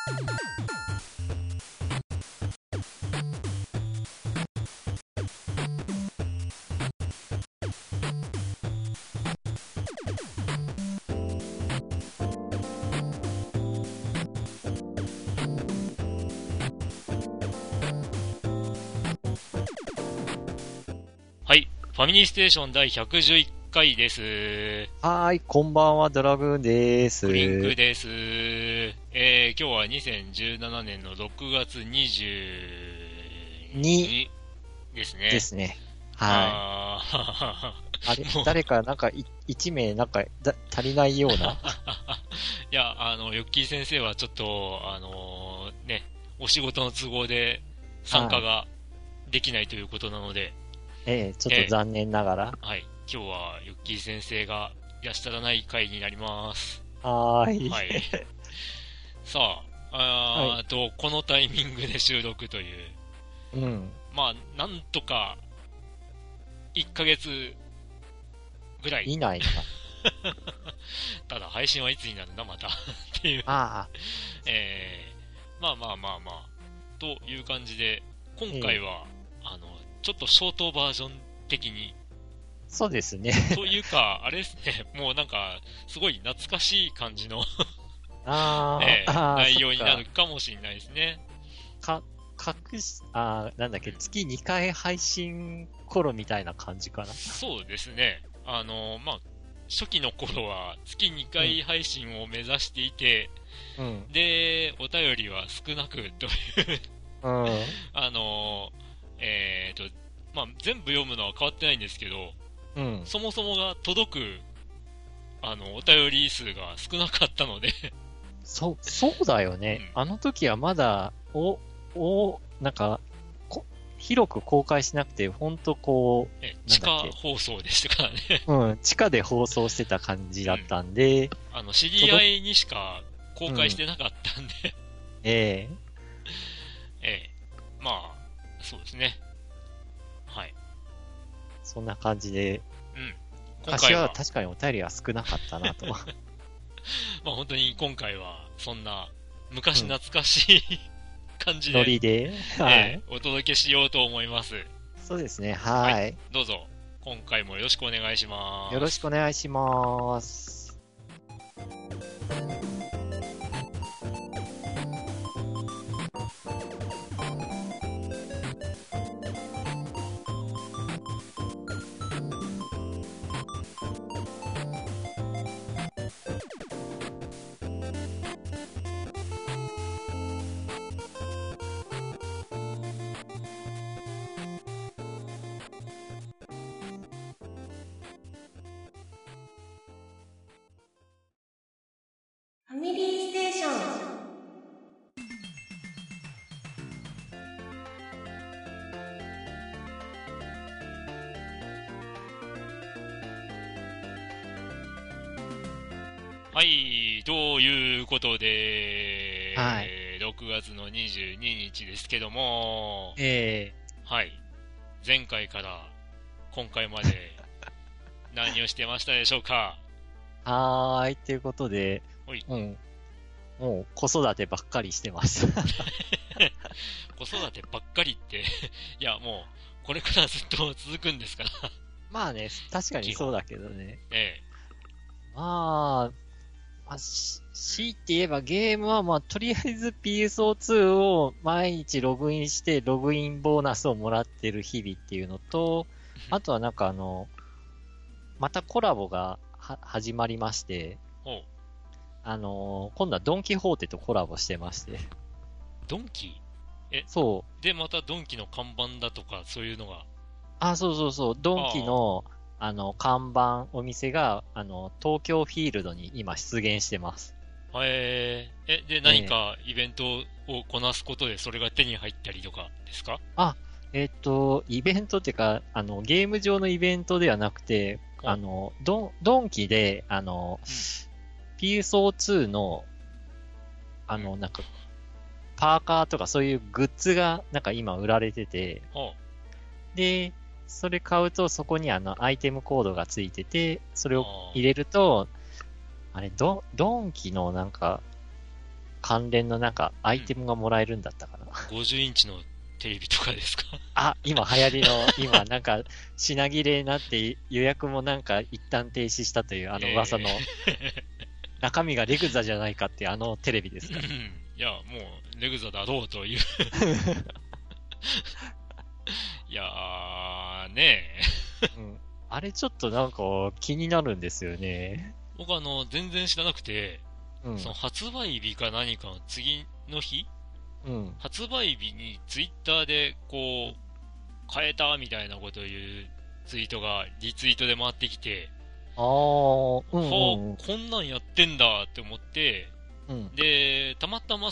はい。ファミリーステーション第111回です。 はーい、こんばんは、ドラグーンです。 クリンクです。今日は2017年の6月22ですね。 ですね。はい。あれ、誰かなんか1名なんか足りないような。 いや、ヨッキー先生はちょっと、ね、お仕事の都合で参加ができないということなので、 ちょっと残念ながら。 はい。今日はヨッキー先生がいらっしゃらない回になります。 はーい。 はい。さあ、このタイミングで収録という。 うん。 まあ、なんとか、1ヶ月ぐらい。 いないか。 ただ、配信はいつになるんだ、また。っていう。 ああ。 まあ、という感じで、今回は、ちょっとショートバージョン的に。 そうですね。 というか、あれですね、もうなんか、すごい懐かしい感じの内容になるかもしれないですね。 なんだっけ、月2回配信頃みたいな感じかな。 そうですね。まあ、初期の頃は月2回配信を目指していて、 うん、 で、お便りは少なくといううん、 まあ、全部読むのは変わってないんですけど、 うん、 そもそもが届く、お便り数が少なかったのでそうだよね。あの時はまだ、なんか、広く公開しなくて、ほんとこう、 地下放送でしたからねうん、地下で放送してた感じだったんで、 知り合いにしか公開してなかったんでえまあ、そうですね。はい。 そんな感じで、 今回は確かにお便りは少なかったなと。 まあ本当に今回は、そんな、昔懐かしい感じで、 ノリで、 お届けしようと思います。 そうですね、はい。 どうぞ、今回もよろしくお願いします。 よろしくお願いします。 ファミリーステーション。 はい、ということで、 はい。 6月の22日ですけども、はい、前回から今回まで何をしてましたでしょうか。 はーい、ということで、もう子育てばっかりしてました子育てばっかりっていやもうこれからずっと続くんですからまあね、確かにそうだけどね。強いて言えばゲームはとりあえず PSO2 を毎日ログインしてログインボーナスをもらってる日々っていうのと、あとはなんかまたコラボが始まりまして、今度はドンキホーテとコラボしてまして。 ドンキ？ そう。 で、またドンキの看板だとかそういうのが。 そう。ドンキの、看板、お店が、東京フィールドに今出現してます。 で、何かイベントをこなすことでそれが手に入ったりとかですか？ イベントっていうか、ゲーム上のイベントではなくて、ドンキで、PSO2 の、なんか、パーカーとかそういうグッズが、なんか今売られてて、で、それ買うとそこにアイテムコードがついてて、それを入れると、ドンキのなんか、 関連のなんかアイテムがもらえるんだったかな。 50インチのテレビとかですか？ あ、今流行りの、今なんか品切れになって予約もなんか一旦停止したという噂の中身がレグザじゃないかっていうテレビですか。 いや、もうレグザだろうという。いやー、ねうん。あれちょっとなんか気になるんですよね。 僕全然知らなくて、その発売日か何かの次の日、発売日にツイッターでこう、変えたみたいなことを言うツイートがリツイートで回ってきて、こんなんやってんだって思って、で、たまたま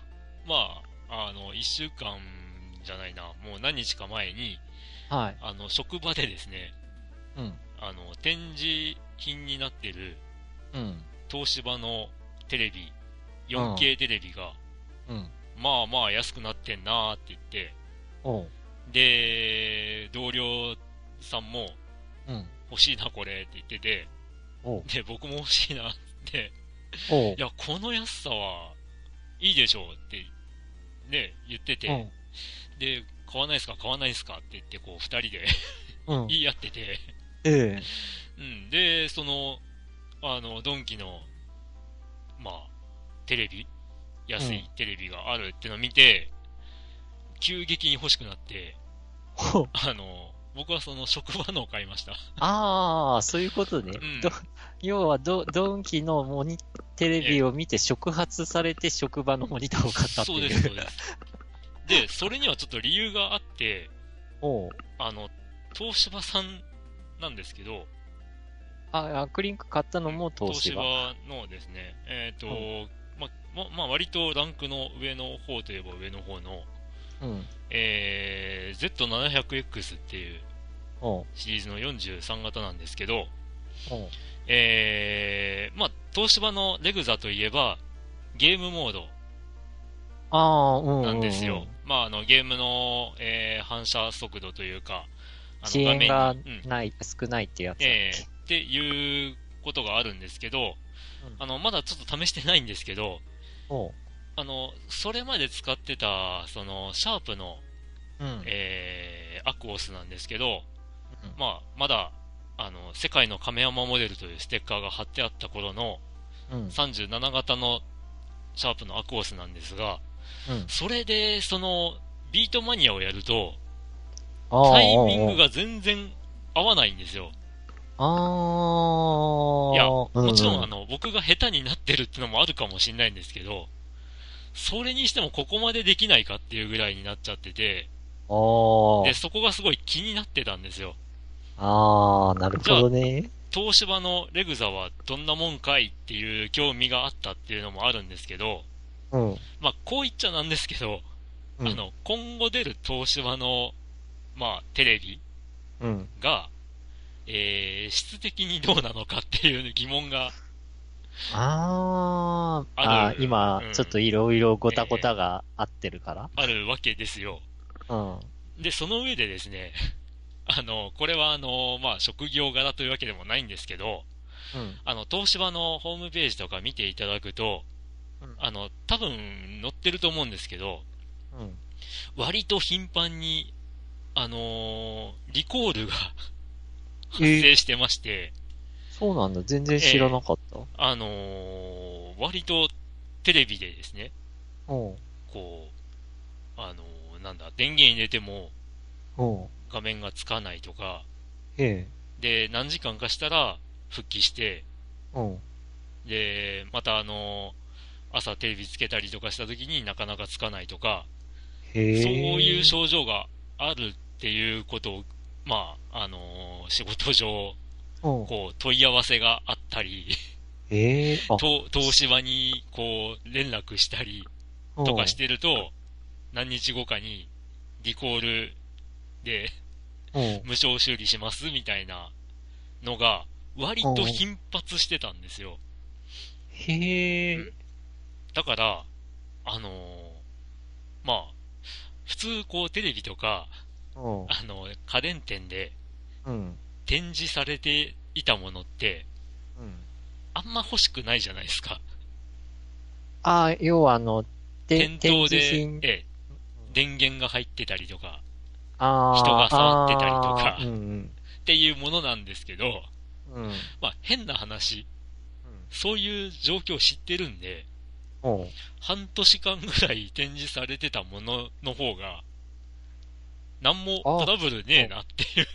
一週間じゃないな、もう何日か前に、職場でですね、展示品になってる、東芝のテレビ、4K テレビが、まあまあ安くなってんなーって言って、で、同僚さんも、欲しいなこれって言ってて、で、僕も欲しいなって、いや、この安さはいいでしょうってね、言ってて、で、買わないですか買わないですかって言って、こう、二人で言い合ってて、で、ドンキの、テレビ安いテレビがあるってのを見て、急激に欲しくなって、僕は職場のを買いました。 ああ、そういうことね。要はドンキのテレビを見て触発されて職場のモニターを買ったっていう。 そうです、そうです。で、それにはちょっと理由があって、東芝さんなんですけど、 アクリンク買ったのも東芝。 東芝のですね、割とランクの上の方といえば上の方の、Z700X っていうシリーズの43型なんですけど、東芝のレグザといえばゲームモードなんですよ。ゲームの、反射速度というか、 遅延が少ないってやつだっけ、 っていうことがあるんですけど、まだちょっと試してないんですけど、それまで使ってた、シャープの、アクオスなんですけど、まだ、世界の亀山モデルというステッカーが貼ってあった頃の、37型のシャープのアクオスなんですが、それで、ビートマニアをやると、タイミングが全然合わないんですよ。いや、もちろん僕が下手になってるってのもあるかもしれないんですけど、それにしてもここまでできないかっていうぐらいになっちゃってて、で、そこがすごい気になってたんですよ。 なるほどね。 東芝のレグザはどんなもんかいっていう興味があったっていうのもあるんですけど、こう言っちゃなんですけど、今後出る東芝の、テレビが、質的にどうなのかっていう疑問が今、ちょっといろいろごたごたが合ってるから、 あるわけですよ。で、その上でですね、これは職業柄というわけでもないんですけど、東芝のホームページとか見ていただくと、多分載ってると思うんですけど、割と頻繁に、リコールが発生してまして、 そうなんだ。全然知らなかった。 割とテレビでですね、電源入れても、画面がつかないとか、で、何時間かしたら復帰して、で、また朝テレビつけたりとかした時になかなかつかないとか、そういう症状があるっていうことを、仕事上、問い合わせがあったり、東芝に連絡したりとかしてると、何日後かにリコールで無償修理しますみたいなのが割と頻発してたんですよ。だから、普通テレビとか、家電店で展示されていたものって、あんま欲しくないじゃないですか。 要は店頭で、電源が入ってたりとか、人が触ってたりとか、っていうものなんですけど、まあ変な話、そういう状況を知ってるんで、半年間ぐらい展示されてたものの方が、なんもトラブルねえなっていう。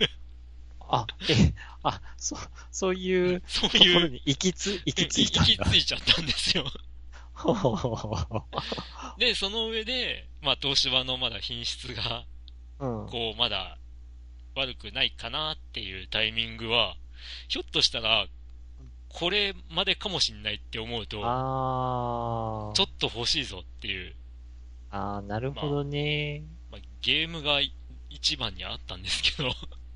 そういうところに行き着いたんだ。 行き着いちゃったんですよ。で、その上で、まあ東芝のまだ品質が、こうまだ悪くないかなっていうタイミングは、ひょっとしたら、これまでかもしんないって思うと、ちょっと欲しいぞっていう。 なるほどね。 まあ、ゲームが一番にあったんですけど、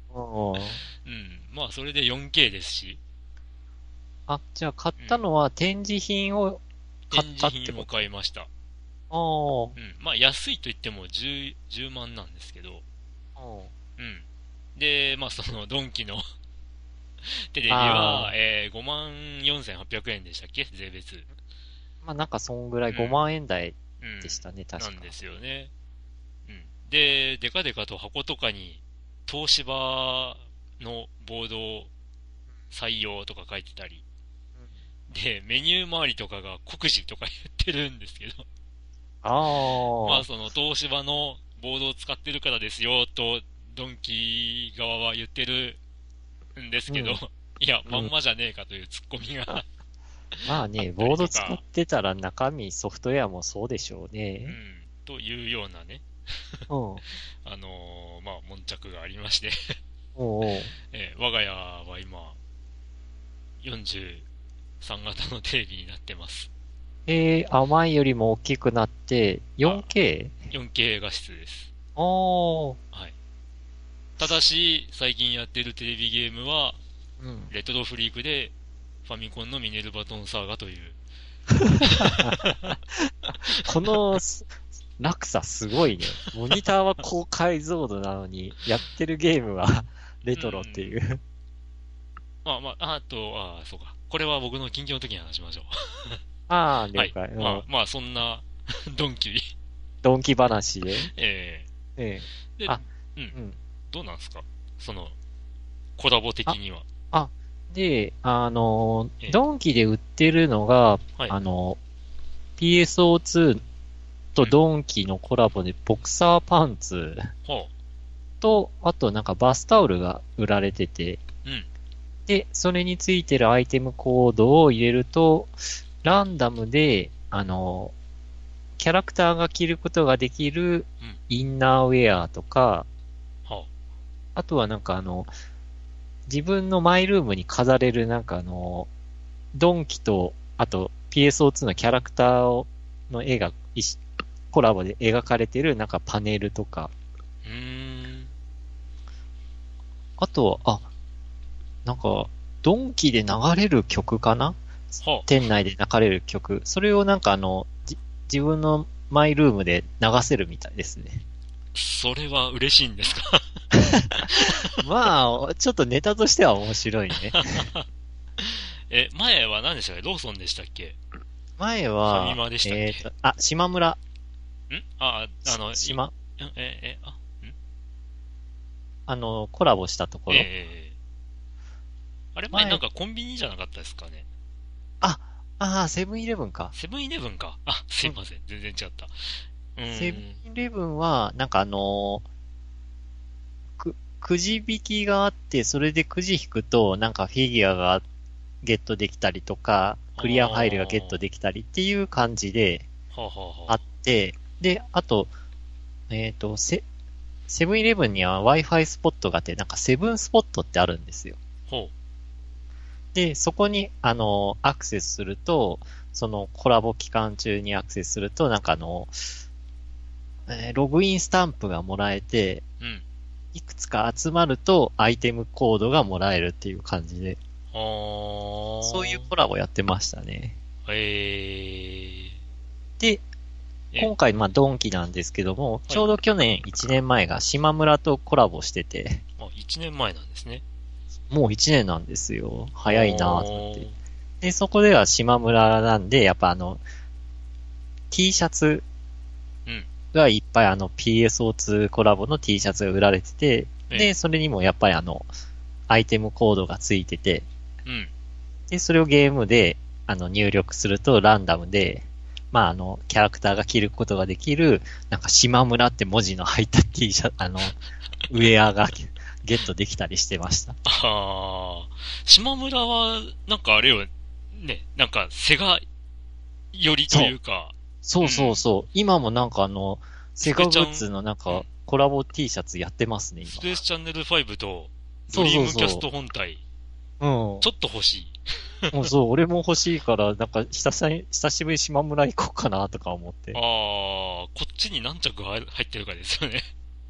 まあそれで 4K ですし。 じゃあ買ったのは展示品を買ったってこと？展示品を買いました。まあ安いと言っても10万なんですけど、で、まあそのドンキのテレビは、54,800円でしたっけ？税別。 まあなんかそんぐらい5万円台でしたね、確か。 なんですよね。で、デカデカと箱とかに東芝のボードを採用とか書いてたり、で、メニュー周りとかが国字とか言ってるんですけど、まあその東芝のボードを使ってるからですよとドンキ側は言ってるんですけど、いや、まんまじゃねえかというツッコミがまあね、ボード使ってたら中身ソフトウェアもそうでしょうね。 というようなね、まあ悶着がありまして我が家は今43型のテレビになってます。 前よりも大きくなって 4K？4K 画質です。はい。ただし、最近やってるテレビゲームは、レトロフリークで、ファミコンのミネルバトンサーガという。 この落差すごいね。モニターは高解像度なのに、やってるゲームはレトロっていう。 そうか。これは僕の近況の時に話しましょう。 了解。 まあ、そんな、ドンキ話で。 で、どうなんですか？その、コラボ的には。 で、ドンキで売ってるのが、PSO2 とドンキのコラボでボクサーパンツと、あとなんかバスタオルが売られてて、で、それについてるアイテムコードを入れると、ランダムで、キャラクターが着ることができるインナーウェアとか、あとはなんか自分のマイルームに飾れるなんかドンキと、あと PSO2 のキャラクターの絵がコラボで描かれてるなんかパネルとか。あと、なんか、ドンキで流れる曲かな？店内で流れる曲。それをなんか自分のマイルームで流せるみたいですね。 それは嬉しいんですか？ まあ、ちょっとネタとしては面白いね。 前は何でしたっけ？ローソンでしたっけ？ 前は、 ファミマでしたっけ？ 島村。 島。 コラボしたところ。 あれ前なんかコンビニじゃなかったですかね。 セブンイレブンか。 セブンイレブンか。すいません。全然違った。 セブンイレブンは、なんかくじ引きがあって、それでくじ引くと、なんかフィギュアがゲットできたりとか、クリアファイルがゲットできたりっていう感じで、あって、で、あと、セブンイレブンには Wi-Fi スポットがあって、なんかセブンスポットってあるんですよ。で、そこに、アクセスすると、そのコラボ期間中にアクセスすると、なんかログインスタンプがもらえて、いくつか集まるとアイテムコードがもらえるっていう感じで、そういうコラボやってましたね。で、今回、ドンキなんですけども、ちょうど去年1年前が島村とコラボしてて。 1年前なんですね。 もう1年なんですよ。早いなぁと思って。で、そこでは島村なんで、やっぱ T シャツうん。 がいっぱいPSO2 コラボの T シャツが売られてて、で、それにもやっぱりアイテムコードがついてて、 うん。 で、それをゲームで、入力するとランダムで、まあ、キャラクターが着ることができる、なんか、島村って文字の入った T シャツ、ウェアがゲットできたりしてました。 ああ、島村は、なんかあれよ、ね、なんか、セガ寄りというか。 そうそうそう。うん、今もなんかセガグッズのなんか、コラボ T シャツやってますね、今。 スペースチャンネル5と、ドリームキャスト本体。 うん。 ちょっと欲しい。 もうそう、俺も欲しいから、なんか久しぶりに島村行こうかなとか思って。 ああ、こっちに何着入ってるかですよね。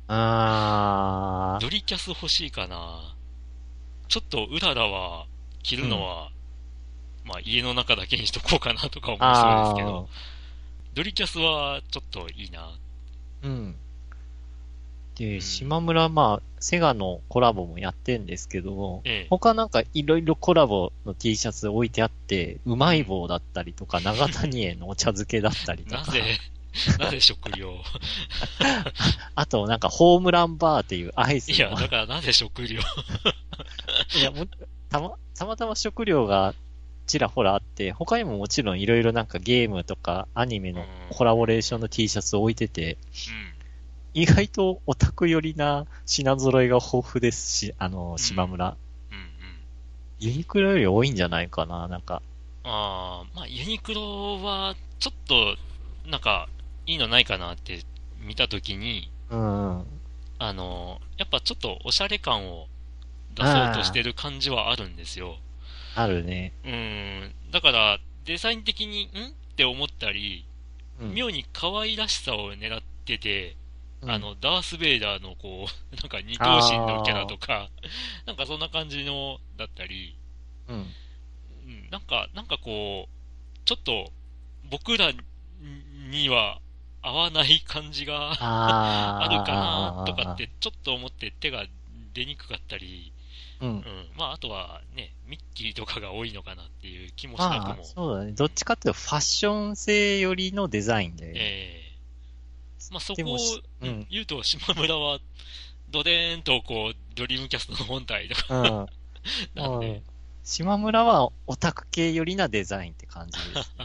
ドリキャス欲しいかな。ちょっとうららは着るのは、まあ家の中だけにしとこうかなとか思いそうですけど、ドリキャスはちょっといいな。 うん。で、島村、まあ、セガのコラボもやってんですけども、他なんかいろいろコラボの T シャツ置いてあって、うまい棒だったりとか、長谷園のお茶漬けだったりとか。 なぜ食料あと、なんかホームランバーっていうアイス。 いや、だからなぜ食料いや、たまたま食料がちらほらあって、他にももちろんいろいろなんかゲームとかアニメのコラボレーションの T シャツを置いてて、意外とオタク寄りな品揃えが豊富ですし、島村。ユニクロより多いんじゃないかな、なんか。 まあ、ユニクロは、ちょっと、なんか、いいのないかなって見たときに、やっぱちょっとおしゃれ感を出そうとしてる感じはあるんですよ。 あるね。 だから、デザイン的に、って思ったり、妙に可愛らしさを狙ってて、ダース・ベイダーのこう、なんか二頭身のキャラとか、なんかそんな感じの、だったり、なんかこう、ちょっと、僕らには合わない感じがあるかなとかって、ちょっと思って手が出にくかったり、まあ、あとはね、ミッキーとかが多いのかなっていう気もしなくも。 そうだね。どっちかっていうとファッション性寄りのデザインで。 まあ、そこを言うと、島村は、ドデーンとこう、ドリームキャストの本体とか、なんで。 島村はオタク系寄りなデザインって感じです、ね。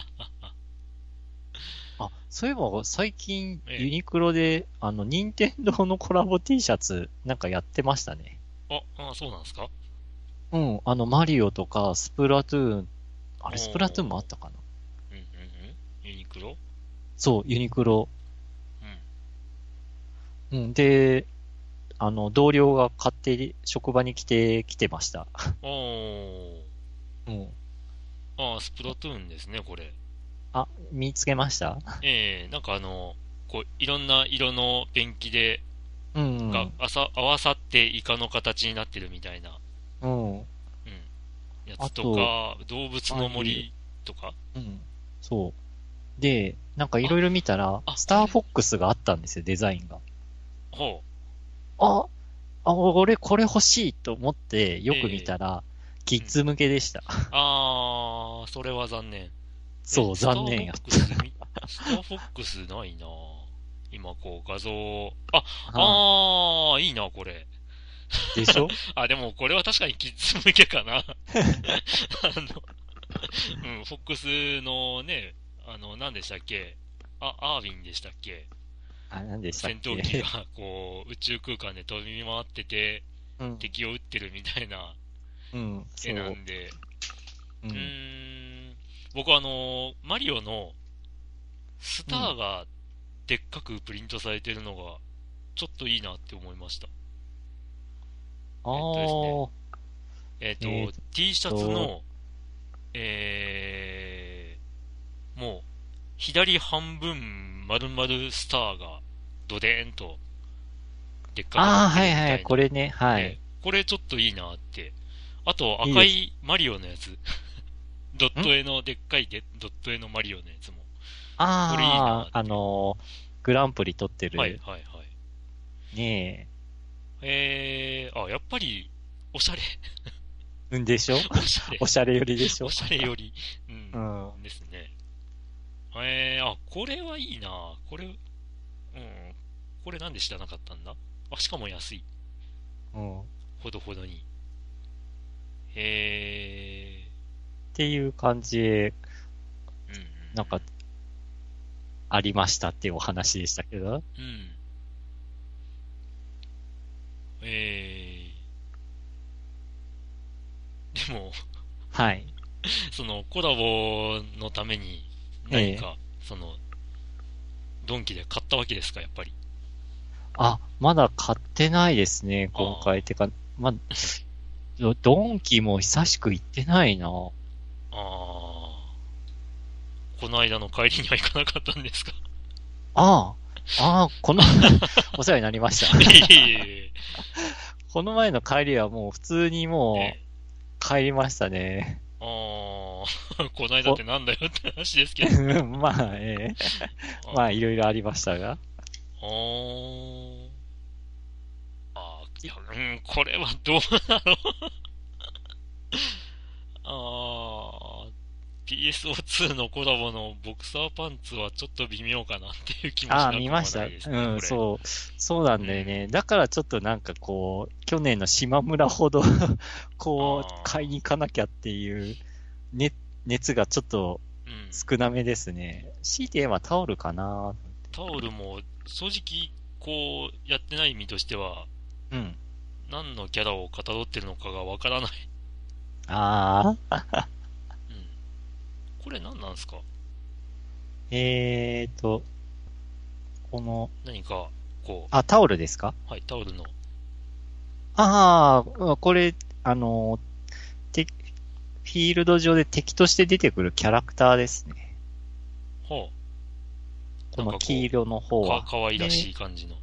あ、そういえば最近ユニクロで、任天堂のコラボ T シャツなんかやってましたね。 そうなんですか？ マリオとかスプラトゥーン、あれスプラトゥーンもあったかな？ ユニクロ？ そう、ユニクロ。で、同僚が買って職場に来てました。 スプラトゥーンですね、これ。 見つけました？ なんかこう、いろんな色のペンキで、が合わさってイカの形になってるみたいな。やつとか、動物の森とか。 そう。で、なんかいろいろ見たら、スターフォックスがあったんですよ、デザインが。俺これ欲しいと思ってよく見たら、キッズ向けでした。 それは残念。 そう、残念やった。 スターフォックスないな今こう画像、いいなこれ。 でしょでもこれは確かにキッズ向けかな。フォックスのね、何でしたっけ？アーウィンでしたっけ？ 何でしたっけ？ 戦闘機がこう宇宙空間で飛び回ってて、敵を撃ってるみたいな絵なんで、僕マリオのスターがでっかくプリントされてるのがちょっといいなって思いました。T シャツの、もう、左半分丸々スターがドデーンとでっかくなってるみたいな。 はいはい、これね、はい。 これちょっといいなって。あと赤いマリオのやつ。ドット絵の、でっかいドット絵のマリオのやつも。これいいな。 グランプリ取ってる。 はいはいはい。 ねえ。やっぱり、おしゃれ。 でしょ？おしゃれ寄りでしょ？ おしゃれ寄り。ですね。 これはいいな。これ、うん。これなんで知らなかったんだ？しかも安い。 うん。っほどほどに。へていう感じで、 うんうんうん。 なんか、ありましたっていうお話でしたけど。 うん。でも、 はい。 そのコラボのために何か、ドンキで買ったわけですか、やっぱり。 まだ買ってないですね、今回。てか、ドンキも久しく行ってないな。 この間の帰りには行かなかったんですか？ このお世話になりました。この前の帰りはもう普通にもう帰りましたね。 この間ってなんだよって話ですけど。 まあ、いろいろありましたが。 いや、これはどうなのPSO2 のコラボのボクサーパンツはちょっと微妙かなっていう気もしなくもない見ました。 ですね。 そうなんだよね。だからちょっとなんかこう、去年の島村ほど買いに行かなきゃっていう、熱がちょっと少なめですね。強いて言えばタオルかな。 タオルも、正直、こう、やってない意味としては、何のキャラをかたどってるのかがわからない。これ何なんですか？ この、 何か、こう。 タオルですか？ はい、タオルの。 これ、フィールド上で敵として出てくるキャラクターですね。 この黄色の方は。 かわいらしい感じの。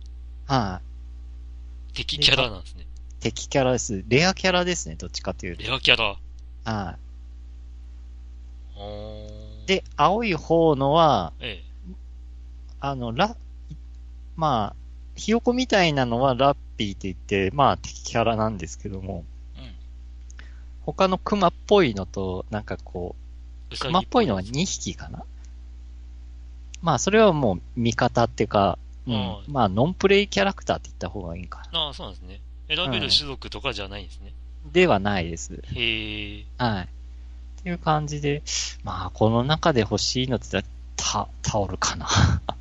敵キャラなんですね。 敵キャラです。レアキャラですね、どっちかというと。 レアキャラ。 で、青い方のは、ひよこみたいなのはラッピーって言って、敵キャラなんですけども、他のクマっぽいのと、なんかこう、クマっぽいのは2匹かな。それはもう味方っていうか、ノンプレイキャラクターって言った方がいいかな。 そうなんですね。選べる種族とかじゃないんですね。 ではないです。っていう感じで、この中で欲しいのって言ったらタオルかな。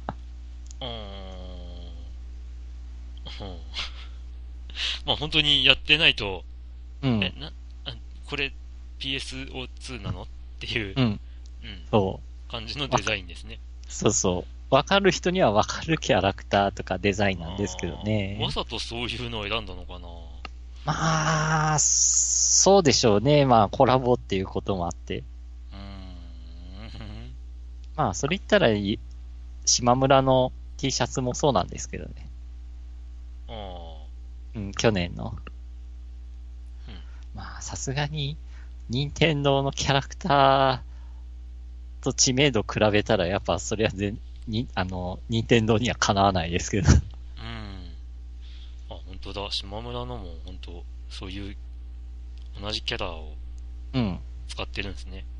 本当にやってないと、これ PSO2 なのっていう、感じのデザインですね。 そう。わかる人にはわかるキャラクターとかデザインなんですけどね。 わざとそういうのを選んだのかな。 そうでしょうね。コラボっていうこともあって。それ言ったら、島村の T シャツもそうなんですけどね。去年の。さすがに、任天堂のキャラクターと知名度比べたら、やっぱそれは任天堂にはかなわないですけど。 本当だ。島村のも本当、そういう同じキャラを使ってるんですね。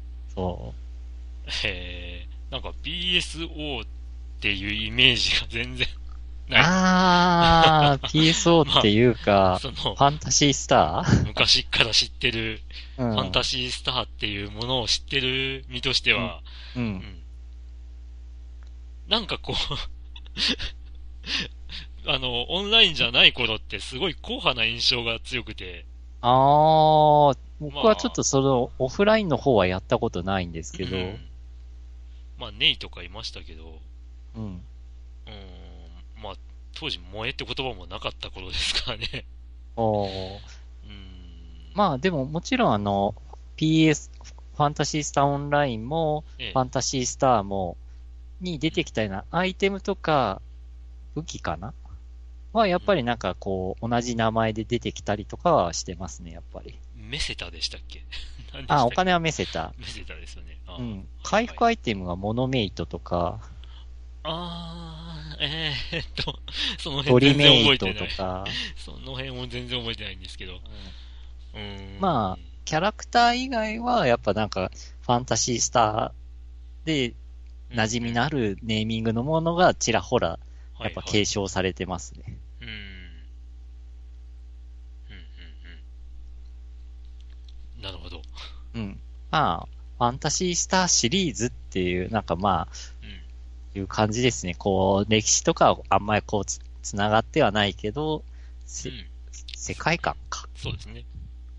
なんか PSO っていうイメージが全然ない。 PSO っていうか、ファンタシースター昔から知ってる、ファンタシースターっていうものを知ってる身としては、なんかこうオンラインじゃない頃ってすごい硬派な印象が強くて。 僕はちょっとそのオフラインの方はやったことないんですけど。 ネイとかいましたけど。当時萌えって言葉もなかった頃ですからね。でももちろんPS、ファンタシースターオンラインも、ファンタシースターも、に出てきたようなアイテムとか、武器かなは、やっぱりなんかこう、同じ名前で出てきたりとかはしてますね、やっぱり。 メセタでしたっけ？ お金はメセタ。 メセタですよね。 回復アイテムがモノメイトとか、 その辺全然覚えてない。 トリメイトとか。 その辺も全然覚えてないんですけど。 キャラクター以外は、やっぱなんか、ファンタシースターで、 馴染みのあるネーミングのものがちらほら、やっぱ継承されてますね。 うん。なるほど。 うん。まあ、ファンタシースターシリーズっていう、なんかまあ、いう感じですね。こう、歴史とかはあんまりこうつながってはないけど、世界観か。 そうですね。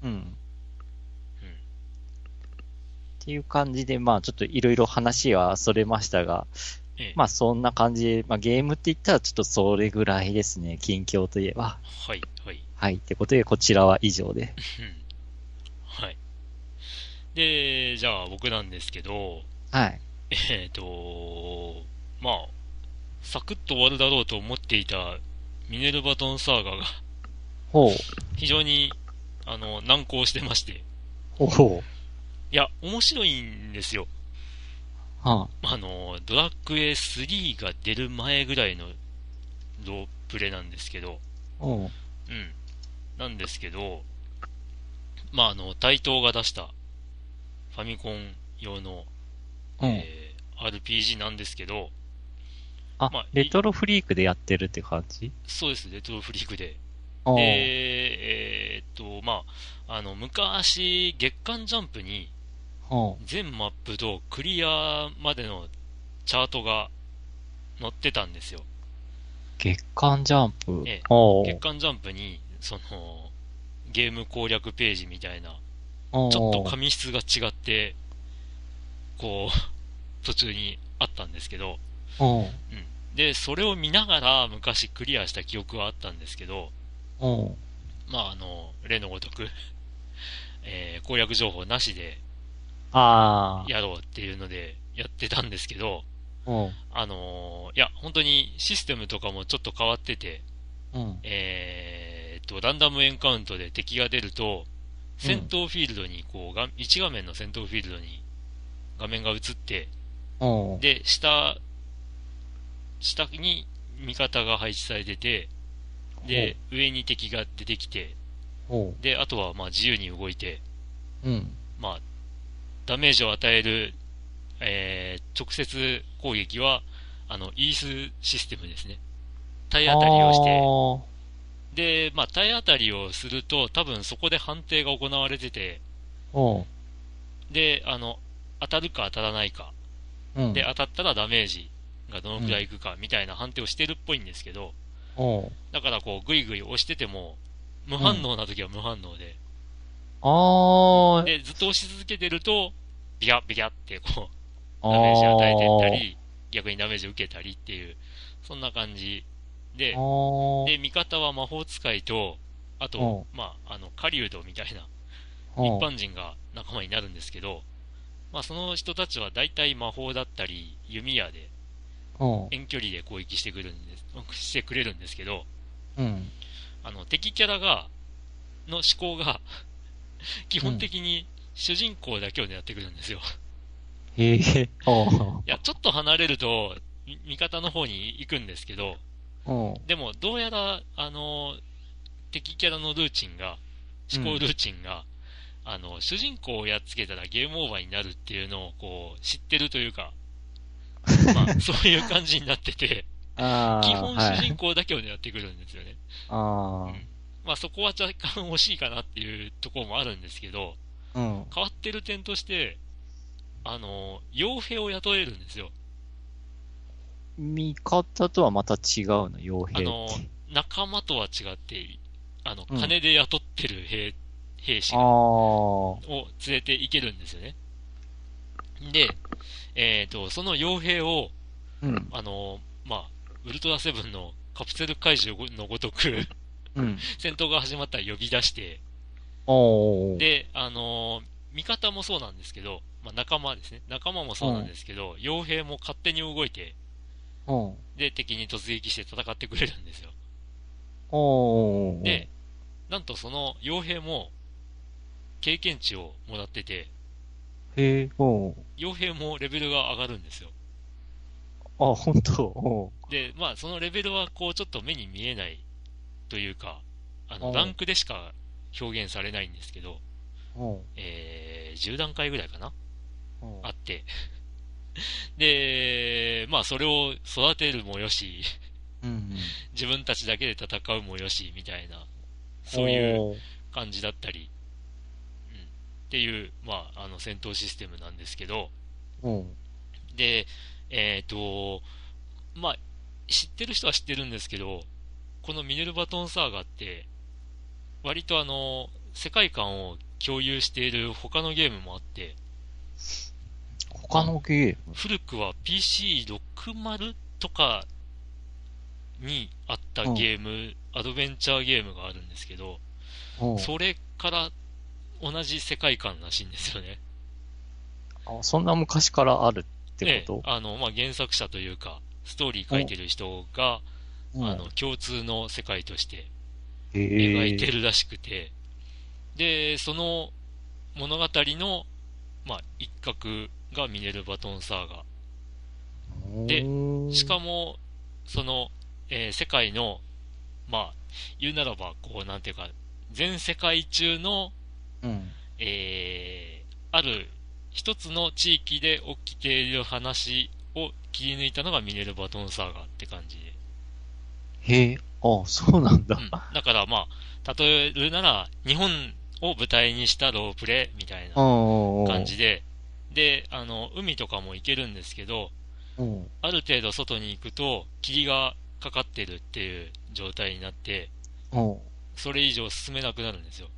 っていう感じで、まあちょっといろいろ話はそれましたが、まあそんな感じで、まあゲームって言ったらちょっとそれぐらいですね。近況といえば。 はい、はい。 はい。ってことで、こちらは以上で。 はい。で、じゃあ僕なんですけど、 はい。 まあ、サクッと終わるだろうと思っていたミネルバトンサーガが非常に、難航してまして。いや、面白いんですよ。ドラクエ3が出る前ぐらいのロープレなんですけど、なんですけど、まあ、台東が出したファミコン用の、RPG なんですけど、 まあ、レトロフリークでやってるって感じ？ そうです、レトロフリークで。で、まあ、昔、月刊ジャンプに、全マップとクリアまでのチャートが載ってたんですよ。 月刊ジャンプ？ 月刊ジャンプに、ゲーム攻略ページみたいな、ちょっと紙質が違って、こう、途中にあったんですけど、で、それを見ながら昔クリアした記憶はあったんですけど、まあ、例のごとく、攻略情報なしで、やろうっていうのでやってたんですけど、いや、本当にシステムとかもちょっと変わってて、ランダムエンカウントで敵が出ると、戦闘フィールドに、こう、1画面の戦闘フィールドに画面が映って、で、下に味方が配置されてて、で、上に敵が出てきて、で、あとはまあ自由に動いて、まあ、ダメージを与える、直接攻撃は、イースシステムですね。体当たりをして、で、まあ、体当たりをすると、多分そこで判定が行われてて、で、当たるか当たらないか、で、当たったらダメージがどのくらいいくか、みたいな判定をしてるっぽいんですけど、だからこう、ぐいぐい押してても、無反応な時は無反応で、で、ずっと押し続けてると、ビャビャってこう、ダメージ与えてったり、逆にダメージを受けたりっていう、そんな感じで、で、味方は魔法使いと、あと、まあ、狩人みたいな、一般人が仲間になるんですけど、まあ、その人たちは大体魔法だったり、弓矢で、遠距離で攻撃してくれるんですけど、敵キャラの思考が、基本的に主人公だけを狙ってくるんですよ。いや、ちょっと離れると、味方の方に行くんですけど、でも、どうやら、敵キャラのルーチンが、思考ルーチンが、主人公をやっつけたらゲームオーバーになるっていうのを、こう、知ってるというか、まあ、そういう感じになってて、基本主人公だけを狙ってくるんですよね。まあそこは若干惜しいかなっていうところもあるんですけど、変わってる点として、傭兵を雇えるんですよ。 味方とはまた違うの、傭兵って。 仲間とは違って、金で雇ってる兵士を連れて行けるんですよね。で、その傭兵を、まあ、ウルトラセブンのカプセル怪獣のごとく戦闘が始まったら呼び出して、で、味方もそうなんですけど、まあ、仲間ですね。仲間もそうなんですけど、傭兵も勝手に動いて、で、敵に突撃して戦ってくれるんですよ。で、なんとその傭兵も経験値をもらってて、傭兵もレベルが上がるんですよ。 本当。 で、まあ、そのレベルはこう、ちょっと目に見えないというか、ランクでしか表現されないんですけど、10段階ぐらいかなあって。で、 まあそれを育てるもよし、 うんうん。 自分たちだけで戦うもよし、みたいな、そういう感じだったり、うん、っていう、まあ、戦闘システムなんですけど、 うん。 で、まあ、知ってる人は知ってるんですけど、このミネルヴァトンサーガって、割と世界観を共有している他のゲームもあって、 他のゲーム。 古くは PC60 とかにあったゲーム、アドベンチャーゲームがあるんですけど、それから同じ世界観らしいんですよね。 あ、そんな昔からあるってこと？ まあ、原作者というか、ストーリー書いてる人が、共通の世界として描いてるらしくて、で、その物語の、まあ、一角がミネルヴァトンサーガ。で、しかも、その、世界の、まあ、言うならば、こう、なんていうか、全世界中の、 うん、 ある一つの地域で起きている話を切り抜いたのがミネルヴァトンサーガって感じで。 へえ、あ、そうなんだ。 うん、だからまあ、例えるなら、日本を舞台にしたロープレみたいな感じで、で、海とかも行けるんですけど、ある程度外に行くと、霧がかかってるっていう状態になって、それ以上進めなくなるんですよ。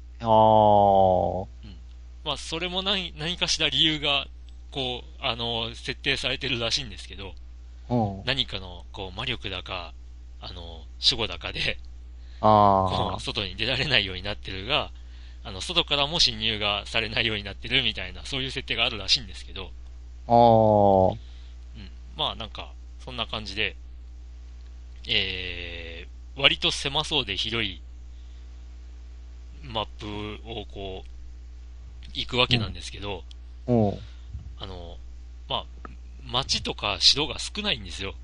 うん。まあ、それも何かしら理由が、こう、設定されてるらしいんですけど、何かの、こう、魔力だか、守護だかで、こう、外に出られないようになってるが、外からも侵入がされないようになってるみたいな、そういう設定があるらしいんですけど、うん。まあ、なんか、そんな感じで、割と狭そうで広いマップをこう、行くわけなんですけど、あの、まあ、街とか城が少ないんですよ。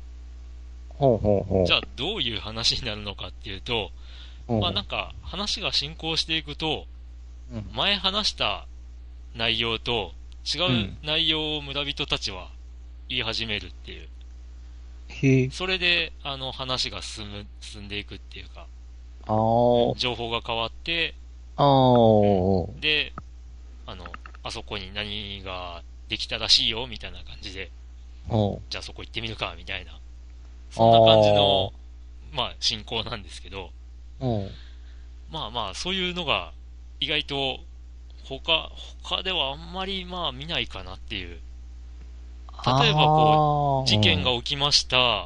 じゃあどういう話になるのかっていうと、まあなんか話が進行していくと、前話した内容と違う内容を村人たちは言い始めるっていう。それで話が進んでいくっていうか、情報が変わって、で、あそこに何ができたらしいよみたいな感じで、じゃあそこ行ってみるかみたいな、そんな感じのまあ進行なんですけど、まあまあそういうのが意外と他ではあんまりまあ見ないかなっていう。例えばこう事件が起きました、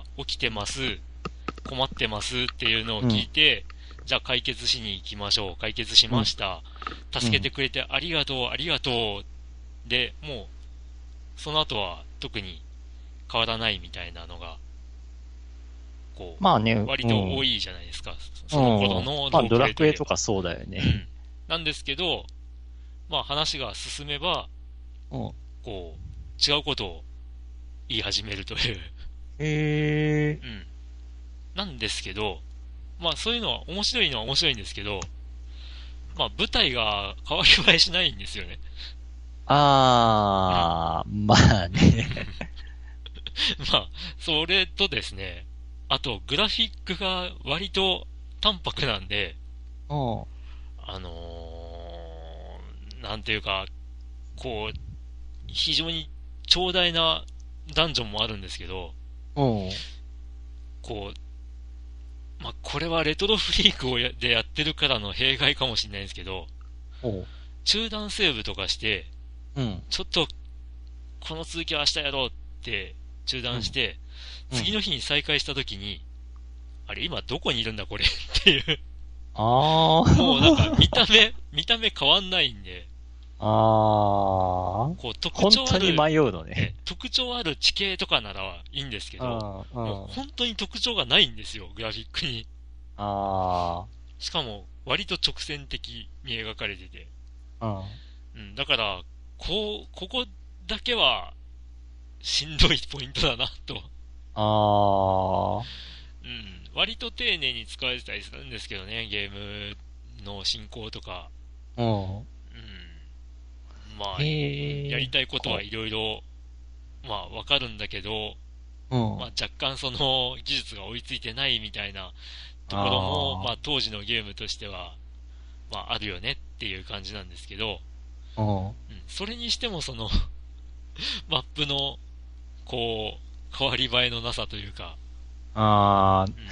起きてます、困ってますっていうのを聞いて、じゃあ解決しに行きましょう、解決しました、助けてくれてありがとうありがとうで、もうその後は特に変わらないみたいなのがこう、 まあね、 割と多いじゃないですか。その頃のまあドラクエとかそうだよね。 なんですけど、まあ話が進めば、こう、違うことを言い始めるという。なんですけど、まあそういうのは面白いのは面白いんですけど、まあ舞台が変わり映えしないんですよね。 まあね。 まあ、それとですね、あと、グラフィックが割と淡白なんで、なんていうか、こう、非常に長大なダンジョンもあるんですけど、こう、まあ、これはレトロフリークでやってるからの弊害かもしれないんですけど、中断セーブとかして、ちょっと、この続きは明日やろうって中断して、次の日に再開したときに、あれ、今どこにいるんだこれっていうもうなんか見た目変わんないんで。 こう特徴ある。本当に迷うのね。 特徴ある地形とかならいいんですけど、もう本当に特徴がないんですよ、グラフィックに。しかも、割と直線的に描かれてて。だから、ここだけは、しんどいポイントだなと。割と丁寧に使われてたりするんですけどね、ゲームの進行とか。まあ、やりたいことはいろいろまあわかるんだけど、 うん。 まあ若干その技術が追いついてないみたいなところも、まあ当時のゲームとしては、まああるよねっていう感じなんですけど、 うん。 うん、それにしてもそのマップの、こう、変わり映えのなさというか、 あうん、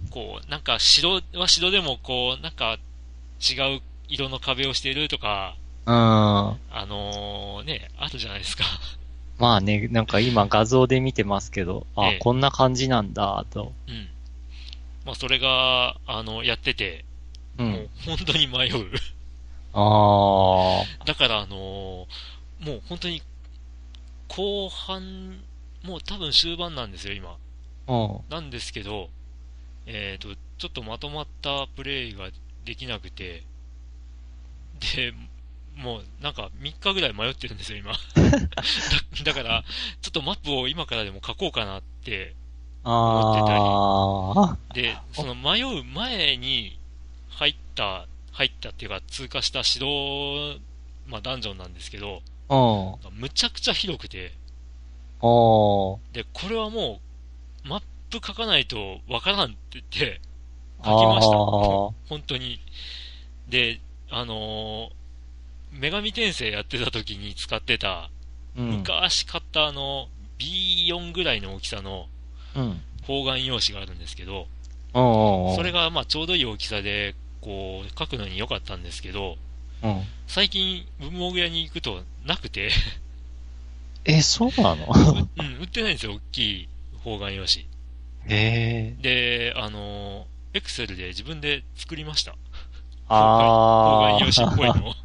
こう、なんか城は城でもこう、なんか違う色の壁をしているとか、 あ、うん。 ね、あるじゃないですか。 まあね、なんか今画像で見てますけど、 えあ、 え、 こんな感じなんだ、と。 うん。まあそれが、やってて、もううん。 本当に迷う。 ああ、 だからもう本当に後半、もう多分終盤なんですよ、今。 うん。 なんですけど、ちょっとまとまったプレイができなくて、で、もうなんか3日ぐらい迷ってるんですよ、今。だから、ちょっとマップを今からでも書こうかなって思ってたり、 あで、その迷う前に入ったっていうか通過した城、まあダンジョンなんですけど、 あ、うん。 むちゃくちゃ広くて、 おー、 で、これはもう、マップ書かないとわからんって言って、書きました。 ああ、 本当に。で、あの女神転生やってた時に使ってた、 うん。 昔買ったB4 ぐらいの大きさのうん。 方眼用紙があるんですけど、 おー、 それがまあちょうどいい大きさで、こう、書くのに良かったんですけど、 うん。 最近文房具屋に行くとなくてえ、そうなの？ 売ってないんですよ、大きい方眼用紙。 ええ、 で、エクセルで自分で作りました。方眼あ用紙っぽいあ、 のを。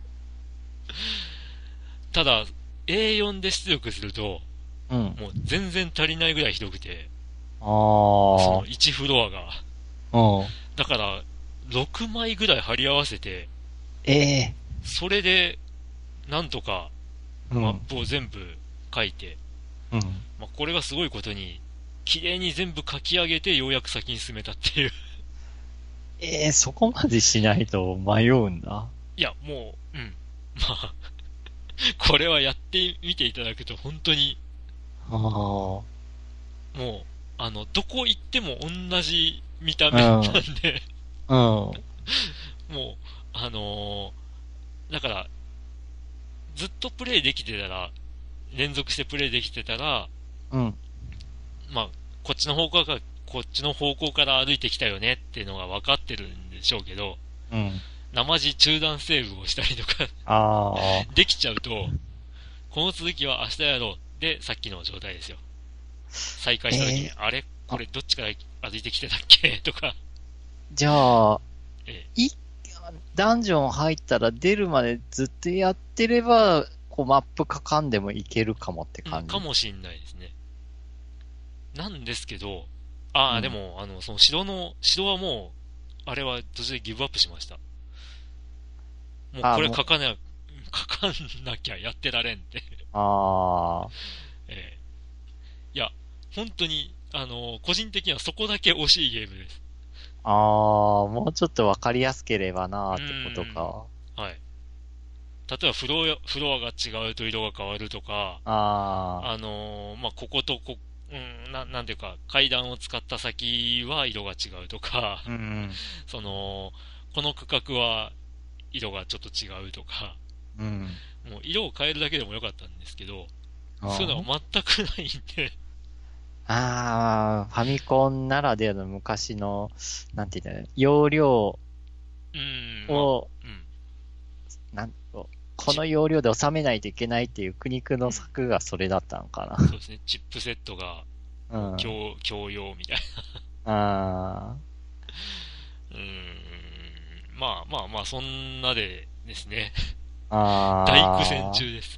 ただ、A4 で出力すると、 うん。 もう全然足りないぐらいひどくて、 あそのあ、 1フロアが。 うん。 だから、6枚ぐらい貼り合わせて、 ええ、 それで、なんとかマッうん。 プを全部書いて、 うん。 まあ、これがすごいことに、綺麗に全部書き上げてようやく先に進めたっていう。 ええ、そこまでしないと迷うんだ。 いや、もう、まあ、これはやってみていただくと本当に、 あもう、どこ行っても同じ見た目なんあ、 で、 うん。うん。 もう、だから、ずっとプレイできてたら、連続してプレイできてたら、 うん。 まあ、こっちの方向から歩いてきたよねっていうのが分かってるんでしょうけど、 うん。 生地中断セーブをしたりとかああ、 できちゃうと、この続きは明日やろう。で、さっきの状態ですよ。再開した時に、 ええ、 あれこあ、 れどっちから歩いてきてたっけとか、 じゃあ、 えい、ダンジョン入ったら出るまでずっとやってれば、こうマップかかんでもいけるかもってか感じ。 もしんないですね。なんですけど、でうん。 も、その城はもう、あれは途中でギブアップしました。もうあ、 これもう、 書かんなきゃやってられんってああ、 えいや、本当に、個人的にはそこだけ惜しいゲームです。 ああ、もうちょっとわかりやすければなうーってことーん。 か。 はい。例えばフロアが違うと色が変わるとか、 あまあ、こことなんていうか、階段を使った先は色が違うとか、 あ、うん、 その、この区画は色がちょっと違うとか、 うん。 もう色を変えるだけでもよかったんですけど、そういうのあが全くないんで、 あー、ファミコンならではの昔の、なんて言うんだろう、容量まあ、 を、こチの容量で収めないといけないっていう苦肉の策がそれだったのかそうですね、チップセットが、 な。うん。 共用みたいあな。まあまあまあ、そんなでですね、大苦戦あ、ああ。 中です。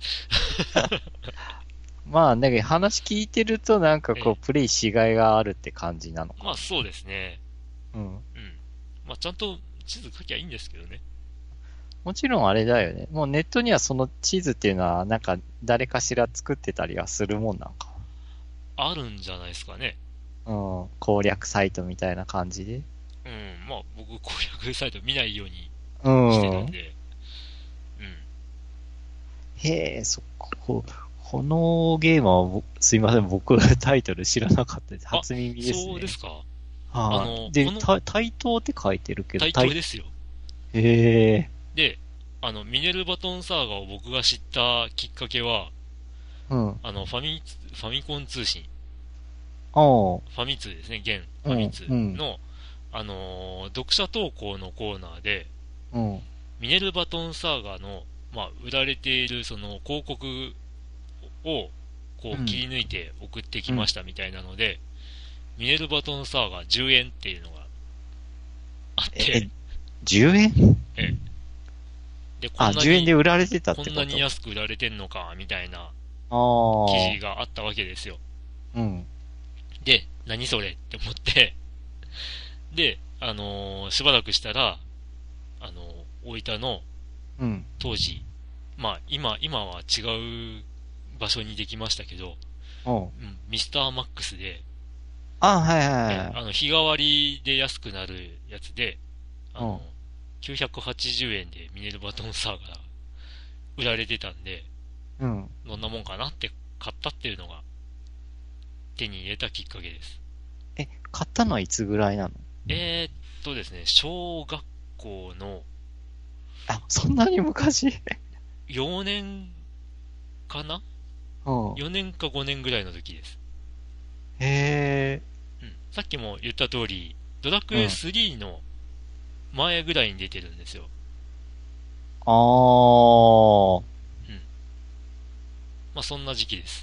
まあ、なんか話聞いてるとなんかこう、 ええ、 プレイしがいがあるって感じなのかまあそうですね。 な。うん。 うん。まあちゃんと地図書きゃいいんですけどね。 もちろんあれだよね。もうネットにはその地図っていうのはなんか誰かしら作ってたりはするもんなんか。 あるんじゃないですかね。 うん。攻略サイトみたいな感じで。 まあ僕攻略サイト見ないようにうしてたんん。 で、うん。 へえ、そこ、 このゲームは、すいません、僕タイトル知らなかったです。初耳ですね。 そうですか。 で、対等って書いてるけど。 対等ですよ。 へえ。 で、ミネルバトンサーガを僕が知ったきっかけは、ファミコン通信。ファミ通ですね、現ファミ通の、読者投稿のコーナーで、ミネルバトンサーガの、売られているその広告をこう切り抜いて送ってきましたみたいなので、ミネルバトンサーガ10円っていうのがあって、 10円？ で、 10円で売られてたってこと？ こんなに安く売られてんのかみたいな記事があったわけですよ。で、何それって思って、で、しばらくしたら、大分の、当時、今は違う場所にできましたけど、ミスターマックスで、日替わりで安くなるやつで、980円でミネルバトンサーガ売られてたんで、どんなもんかなって買ったっていうのが手に入れたきっかけです。 買ったのはいつぐらいなの？ ですね、小学校の、 そんなに昔 4年かな？4年か5年ぐらいの時です。さっきも言った通り、ドラクエ3の前ぐらいに出てるんですよ。そんな時期です。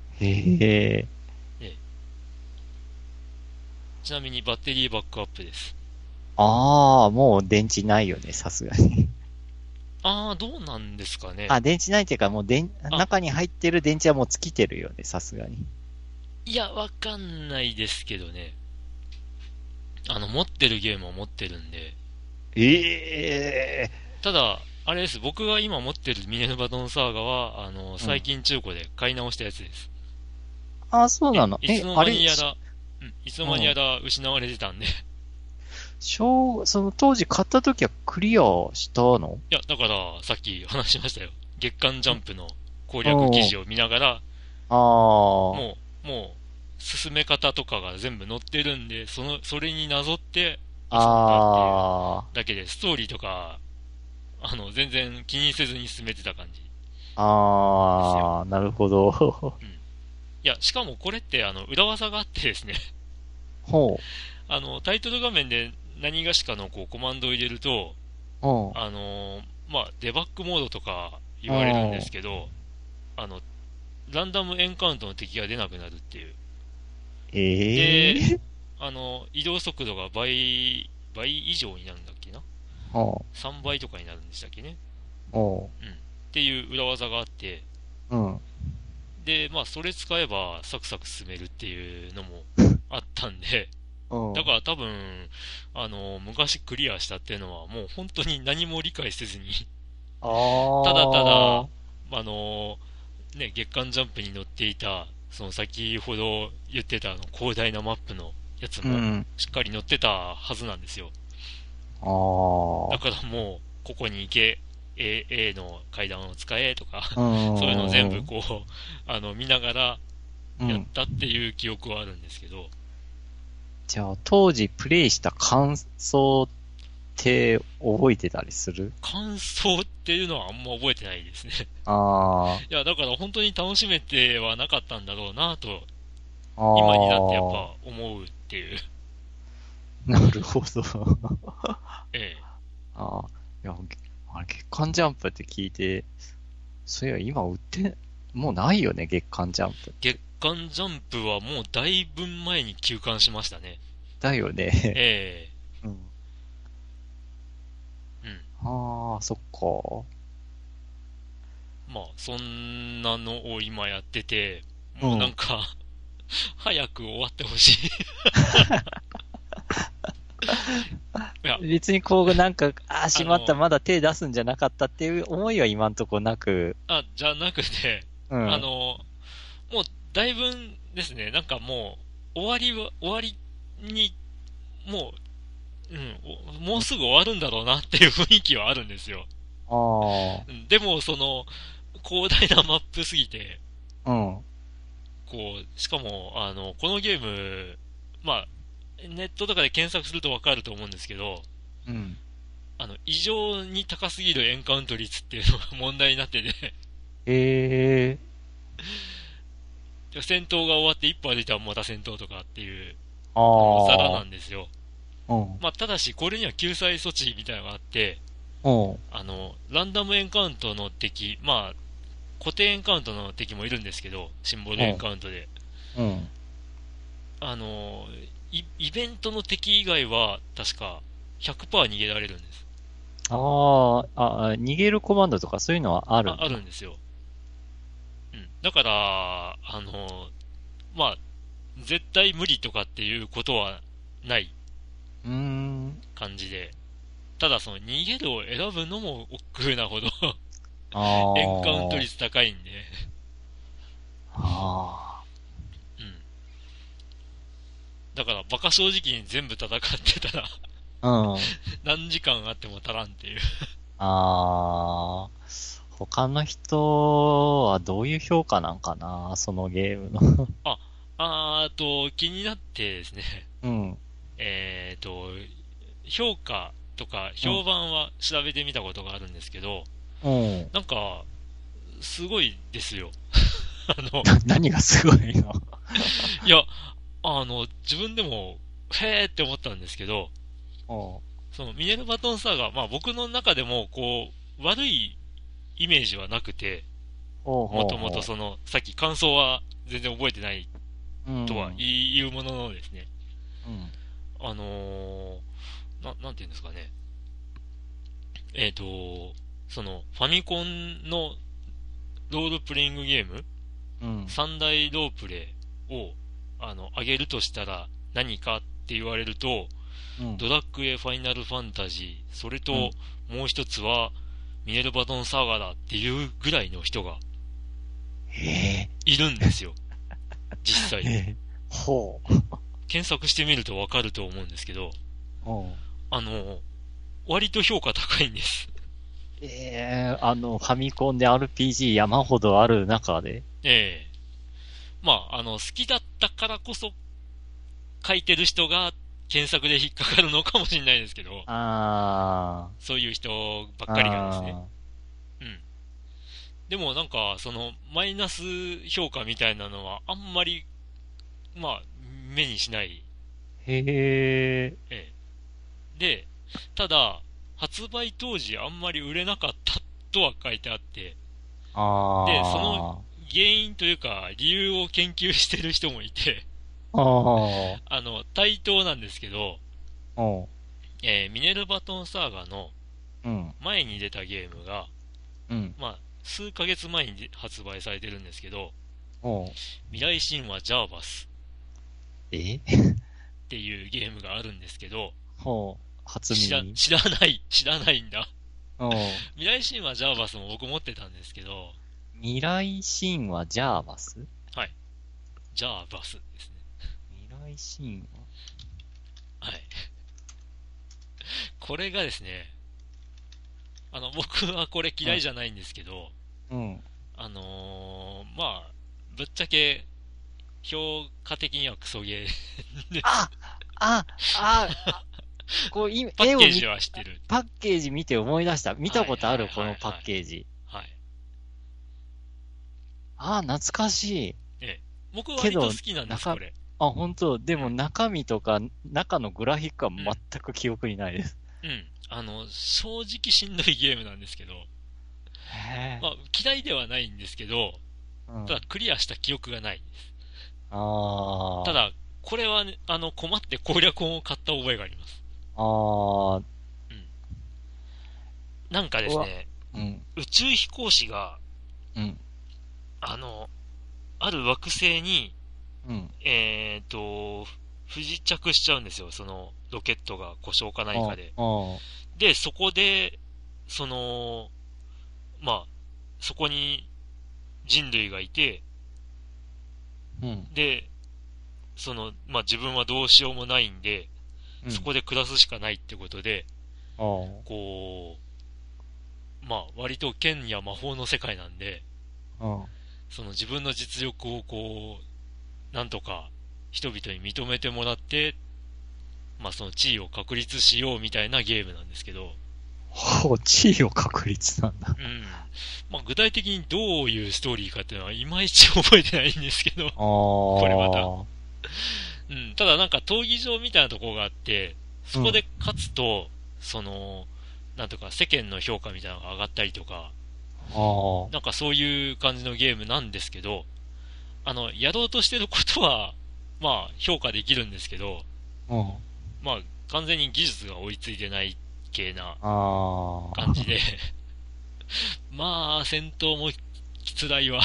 ちなみにバッテリーバックアップです。 もう電池ないよね、さすがに。 どうなんですかね。 電池ないっていうか、もう中に入ってる電池はもう尽きてるよね、さすがに。 いや、わかんないですけどね。持ってるゲームを持ってるんで。ただ、あれです。僕が今持ってるミネルバトンサーガは、最近中古で買い直したやつです。 そうなの？ いつの間にやら失われてたんで。 その当時買った時はクリアしたの？ いや、だから、さっき話しましたよ。月刊ジャンプの攻略記事を見ながら、もう、進め方とかが全部載ってるんで、それになぞって遊んだっていうだけで、ストーリーとか、全然気にせずに進めてた感じ。 なるほど。 いや、しかもこれって、裏技があってですねタイトル画面で何がしかのコマンドを入れると、デバッグモードとか言われるんですけど、ランダムエンカウントの敵が出なくなるっていう。で、移動速度が倍以上になるんだっけな？3倍とかになるんでしたっけね？っていう裏技があって、で、それ使えばサクサク進めるっていうのもあったんで、だから多分、昔クリアしたっていうのはもう本当に何も理解せずにただただ、月刊ジャンプに載っていた、その先ほど言ってた広大なマップのやつもしっかり載ってたはずなんですよ。だからもう、ここに行け、A の階段を使えとか、そういうのを全部見ながらやったっていう記憶はあるんですけど。 じゃあ、当時プレイした感想って覚えてたりする？ 感想っていうのはあんま覚えてないですね。いや、だから本当に楽しめてはなかったんだろうなと、今になってやっぱ思うっていう。 なるほど。いや、月刊ジャンプって聞いて、そういや、今もうないよね、月刊ジャンプ。 月刊ジャンプはもうだいぶ前に休刊しましたね。 だよね。そっか。 そんなのを今やってて、もうなんか、早く終わってほしい。 いや別にしまった、まだ手出すんじゃなかったっていう思いは今んとこなく。 じゃなくて、もうだいぶですね、なんかもう、終わりに、もうすぐ終わるんだろうなっていう雰囲気はあるんですよ。でも、広大なマップすぎて、 うん。 しかも、このゲーム、まあ、ネットとかで検索するとわかると思うんですけど、 うん。 異常に高すぎるエンカウント率っていうのが問題になっててええ戦闘が終わって一歩歩いたらまた戦闘とかっていう、 ー。 ザラああ。 なんですよ。 うん。 まあ、ただし、これには救済措置みたいなのがあって、 うん。 ランダムエンカウントの敵、まあ、固定エンカウントの敵もいるんですけど、シンボルエンカウントで。 うん。 あの、イベントの敵以外は、確か100%逃げられるんです。 逃げるコマンドとかそういうのはあるんだ。 あるんですよ。うん。だから、まあ、絶対無理とかっていうことはないうーん。 感じで。ただその逃げるを選ぶのも億劫なほどエンカウントあ率高いんであ。 うん。だからバカ正直に全部戦ってたらうん。 何時間あっても足らんっていうああ。他の人はどういう評価なんかな、そのゲームの。 気になってですね、 うん。 えーと、評価とかうん。 評判は調べてみたことがあるんですけど、 うん。 なんか、すごいですよ。あの、 何がすごいの？ いや、自分でも、へーって思ったんですけど、 おう。 そのミネルバトンサーガ、まあ僕の中でも、悪いイメージはなくて、 ほうもともとほうほさっき感想は全然覚えてないう。うとはん。 言うもののですね、 うん。 あのーなんて言うんですかね、えっ、と、ファミコンのロールプレイングゲーム、 うん。 三大ロープレを、上げるとしたら何かって言われると、 うん。 ドラッグエファイナルファンタジー、それと、 うん。 もう一つは、ミネルバトンサーガだっていうぐらいの人がへいるんですよ。実え。へ際。 え。ほ検索してみるとわかると思うんですけど、 う。うん。 あの、割と評価高いんです。 ファミコンで RPG 山ほどある中で。 ええまあ、好きだったからこそ書いてる人が検索で引っかかるのかもしれないですけど、 あそういう人ばっあ。 かりがですね。 ああ。 うん。でもなんか、マイナス評価みたいなのはあんまり、まあ、目にしない。 へえ。 ええ。で、ただ、発売当時あんまり売れなかったとは書いてあって、で、そのあ原因というか、理由を研究してる人もいて、 あ。ああ。 対等なんですけど、 おう。 ミネルバトンサーガのうん。 前に出たゲームが、 うん。 まあ、数ヶ月前に発売されてるんですけど、 おう。 未来神話ジャーバスえっていうゲームがあるんですけど、 ほう。初耳。 知らないんだ。 おう。 未来神話ジャーバスも僕持ってたんですけど、 未来神話ジャーバス？ はい。ジャーバスですね。 未来神話。 はい。これがですね、僕はこれ嫌いじゃないんですけど、 うん。 まあ、ぶっちゃけ、評価的にはクソゲーです。 あああ今、 パッケージは知ってる。 パッケージ見て思い出した。見たことある、 はいはいこのパはいはい。 ッケージ。 はい。 懐かしい。 ええ。僕けど、 割と好きなんです、これ。 本当でもうん。 中身とか、中のグラフィックはうん。 全く記憶にないです。 うん。正直しんどいゲームなんですけど、 へえ。 まあ、嫌いではないんですけど、 うん。 ただクリアした記憶がないんです。たあだ、これはね、困って攻略本を買った覚えがあります。 あ、 うん。なんかでうわ、 すね、 うん、 宇宙飛行士が、 うん、 あの、ある惑星に、 うん、 不時着しちゃうんですよ。その、ロケットが故障か何かで。 あで、そこで、その、まあ、そこに人類がいて、 うん、 で、まあ自分はどうしようもないんで、 うん、 そこで暮らすしかないってことで、 ああ、 まあ割と剣や魔法の世界なんで、 あその自分の実力をなんとか人々に認めてもらって、まあその地位を確立しようみたいなゲームなんですけど。 地位を確立なんだ。 うん。まあ具体的にどういうストーリーかっていうのはいまいち覚えてないんですけど。これまた。うん。ただなんか闘技場みたいなところがあって、そこで勝つと、なんとか世間の評価みたいなのが上がったりとか、なんかそういう感じのゲームなんですけど、やろうとしてることは、まあ評価できるんですけど、まあ完全に技術が追いついてない系な感じで、まあ戦闘も辛いわ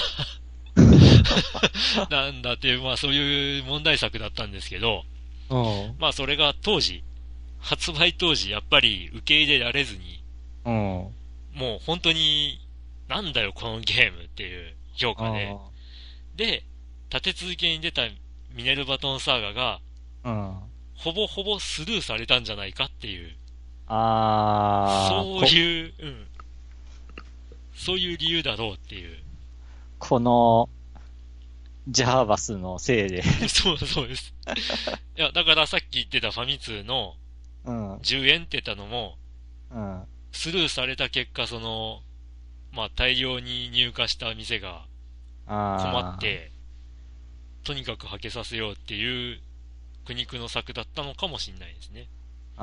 なんだっていう、まあそういう問題作だったんですけど、まあそれが発売当時やっぱり受け入れられずに、もう本当になんだよこのゲームっていう評価で、立て続けに出たミネルヴァトンサーガが、ほぼほぼスルーされたんじゃないかっていう、そういう、そういう理由だろうっていう。 この、ジャーバスのせいでそうです。いや、だからさっき言ってたファミ通の、10円って言ったのも、スルーされた結果、まあ大量に入荷した店が困って、とにかくはけさせようっていう苦肉の策だったのかもしれないですね。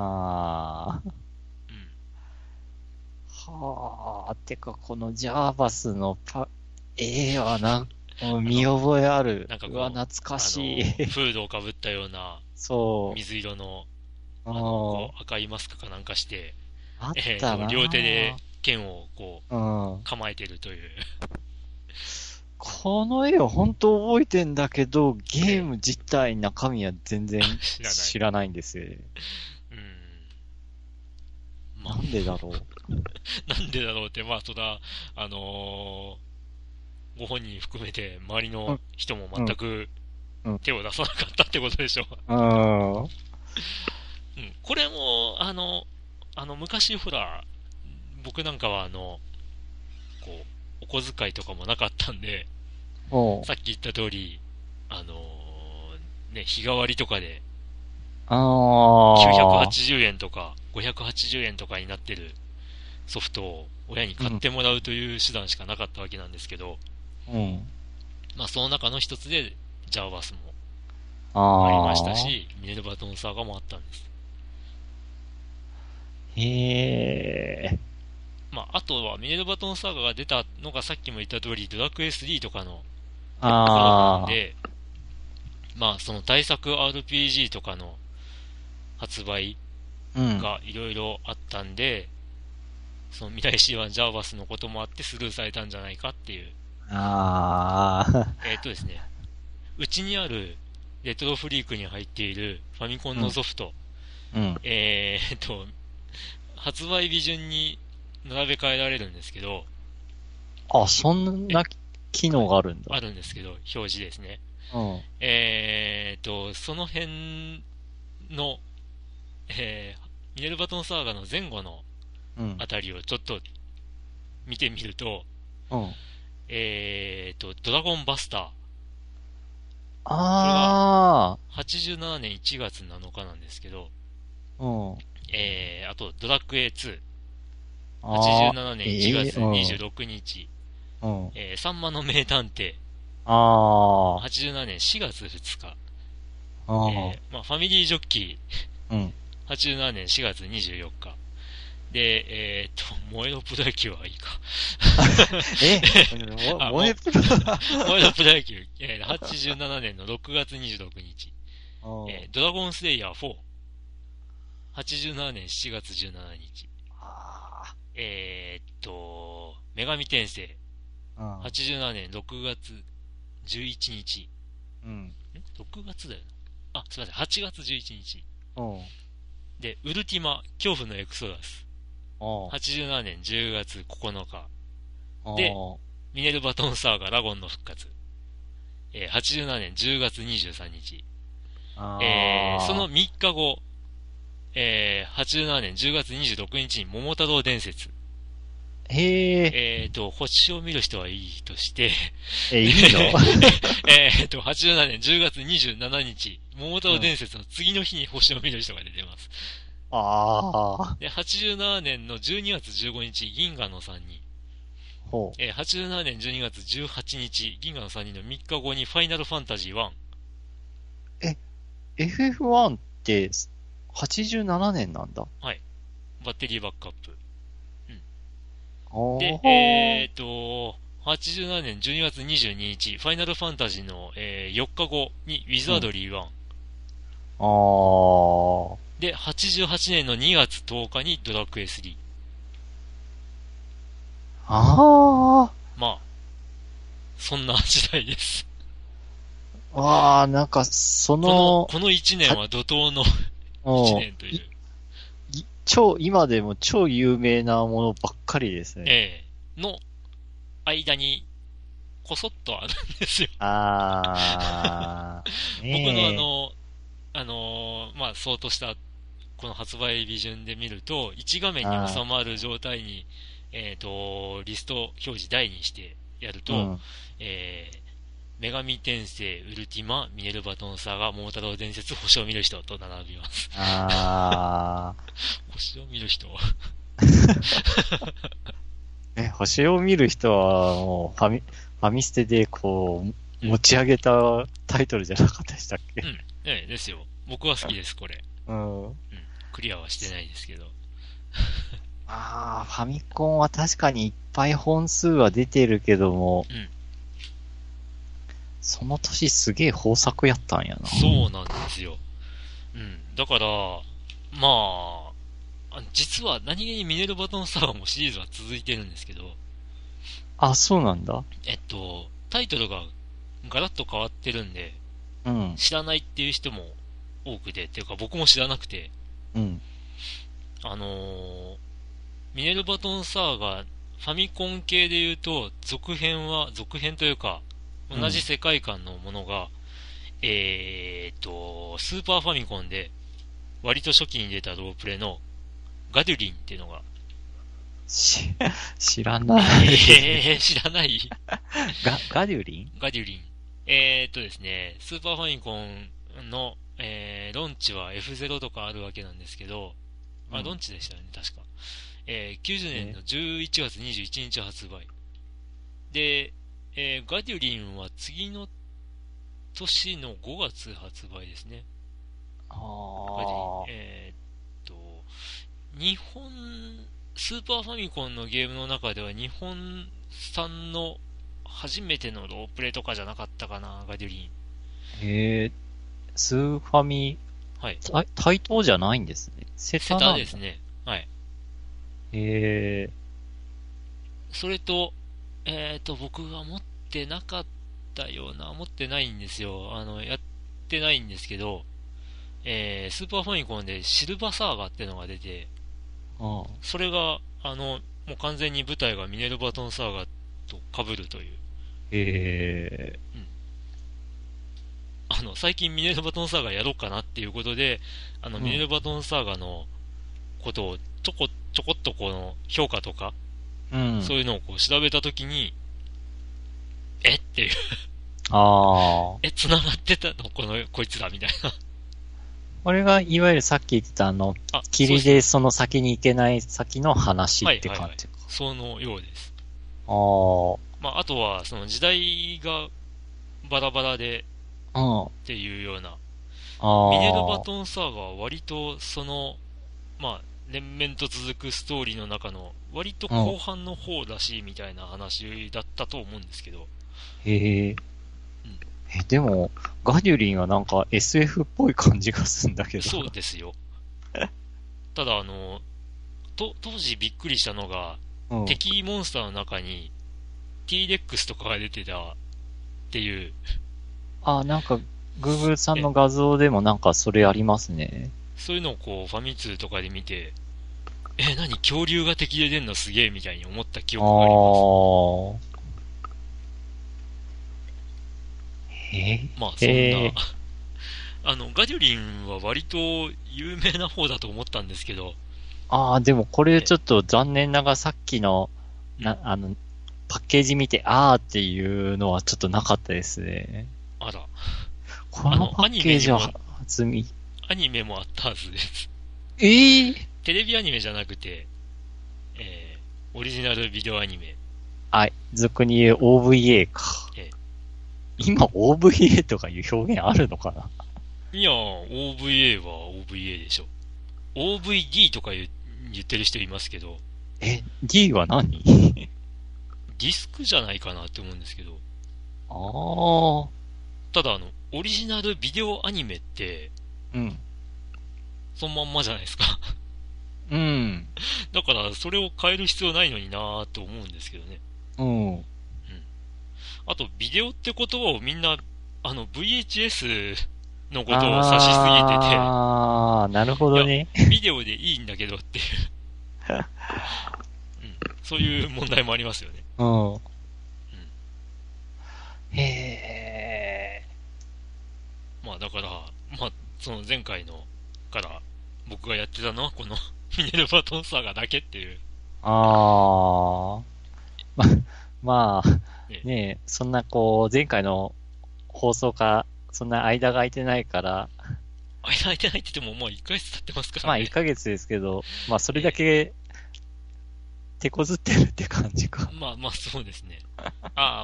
てかこのジャーバスの絵は見覚えある。なんか懐かしい。 フードをかぶったような、水色の、赤いマスクかなんかして、両手で剣を構えてるという。 この絵を本当覚えてんだけど、ゲーム自体中身は全然知らないんですよ。なんでだろうなんでだろうって、まあ、ご本人含めて周りの人も全く手を出さなかったってことでしょう。これも、昔ほら、僕なんかはお小遣いとかもなかったんで、さっき言った通り、日替わりとかで、980円とか580円とかになってるソフトを親に買ってもらうという手段しかなかったわけなんですけど、まあその中の一つでジャーバスもありましたし、ミネルヴァトンサーガもあったんです。まああとはミネルヴァトンサーガが出たのがさっきも言った通りドラクエ3とかの頃なんで、まあその大作 RPG とかの発売がいろいろあったんで、その未来シーはジャーバスのこともあってスルーされたんじゃないかっていう。ですね、うちにあるレトロフリークに入っているファミコンのソフト、発売日順に並べ替えられるんですけど、 そんな機能があるんだ。 あるんですけど、表示ですね。その辺の、ミネルヴァトンサーガの前後のあたりをちょっと見てみると、ドラゴンバスター。これが87年1月7日なんですけど、あとドラクエ2。87年1月26日。サンマの名探偵。87年4月2日。まあ、ファミリージョッキー。87年4月24日。で、燃えろプロ野球はいいか。燃えろプロ野球、87年の6月26日。ドラゴンスレイヤー4。87年7月17日。女神転生。87年6月11日。6月だよな。すいません。8月11日。で、ウルティマ、恐怖のエクソダス。87年10月9日。で、ミネルヴァトンサーガ、ラゴンの復活。87年10月23日。その3日後、87年10月26日に桃太郎伝説。 へえ。 星を見る人はいいとして、 いいの 87年10月27日、桃太郎伝説の次の日に星を見る人が出てます。 ああ。 で、87年の12月15日、銀河の3人。 ほう。 87年12月18日、銀河の3人の3日後にファイナルファンタジー1。 FF1 って87年なんだ。 はい。バッテリーバックアップ。 で、 87年12月22日、ファイナルファンタジーの、4日後にウィザードリー1。で、88年の2月10日にドラクエ3。まあ、そんな時代です。 なんか、 この1年は怒涛の1年という。 今でも超有名なものばっかりですね。 の間に、こそっとあるんですよ。僕のまあ、そうとした、この発売日順で見ると、1画面に収まる状態に、リスト表示台にしてやると、女神転生、ウルティマ、ミネルヴァトンサーガ、桃太郎伝説、星を見る人と並びます。星を見る人星を見る人はもうファミステでこう、持ち上げたタイトルじゃなかったでしたっけ？ ですよ。僕は好きです、これ。クリアはしてないですけど。 ファミコンは確かにいっぱい本数は出てるけども、その年すげえ豊作やったんやな。 そうなんですよ。だから、まあ、実は何気にミネルヴァトンサーガもシリーズは続いてるんですけど。 そうなんだ。 タイトルがガラッと変わってるんで、知らないっていう人も多くて、っていうか僕も知らなくて、ミネルヴァトンサーガ、ファミコン系で言うと、続編というか、同じ世界観のものが、スーパーファミコンで、割と初期に出たロープレの、ガデュリンっていうのが。 知らない。 知らないガデュリンですね、スーパーファミコンの、ロンチは F0 とかあるわけなんですけど、ロンチでしたよね、確か。90年の11月21日発売。で、ガデュリンは次の年の5月発売ですね。日本、スーパーファミコンのゲームの中では日本産の初めてのロープレとかじゃなかったかな、ガデュリン。 スーファミ、対等じゃないんですね。セタですね。はい。それと、僕が持ってなかったような、持ってないんですよ。やってないんですけど、スーパーファミコンでシルバーサーガーってのが出て、それが、もう完全に舞台がミネルヴァトンサーガーと被るという。最近ミネルヴァトンサーガーやろうかなっていうことで、ミネルヴァトンサーガーのことをちょこっとこの評価とか、そういうのをこう調べたときに、っていう繋がってたのこいつらみたいな。 これが、いわゆるさっき言ってた霧でその先に行けない先の話って感じか。 そのようです。あとは、その時代がバラバラで、っていうような。ミネルヴァトンサーガは割と連綿と続くストーリーの中の割と後半の方らしいみたいな話だったと思うんですけど。 でも、ガデュリンはなんか SF っぽい感じがするんだけど。 そうですよ。ただ当時びっくりしたのが、敵モンスターの中に T-Rex とかが出てたっていう。 なんか、Google さんの画像でもなんかそれありますね。 そういうのをこう、ファミ通とかで見て、何恐竜が敵で出んのすげえみたいに思った記憶があります。そんな、ガデュリンは割と有名な方だと思ったんですけど。 でもこれちょっと残念ながらさっきの、 パッケージ見て、あーっていうのはちょっとなかったですね。 あら。 このパッケージは初見。 アニメもあったはずです。 テレビアニメじゃなくて、オリジナルビデオアニメ。 はい。俗に言う OVA か。今 OVA とかいう表現あるのかな？ いや、OVA は OVA でしょ。OVD とか言ってる人いますけど。 D は何？ ディスクじゃないかなって思うんですけど。ただオリジナルビデオアニメって、そのまんまじゃないですか。だから、それを変える必要ないのになーって思うんですけどね。あと、ビデオって言葉をみんな、VHS のことを指しすぎてて。 なるほどね。 ビデオでいいんだけどっていう。そういう問題もありますよね。まあだから、その前回のから僕がやってたのはこのミネルヴァトンサガだけっていう。 ねえ、そんな前回の放送か、そんな間が空いてないから。 間空いてないって言ってももう1ヶ月経ってますからね。 1ヶ月ですけど、それだけ、手こずってるって感じか。 そうですね。例えば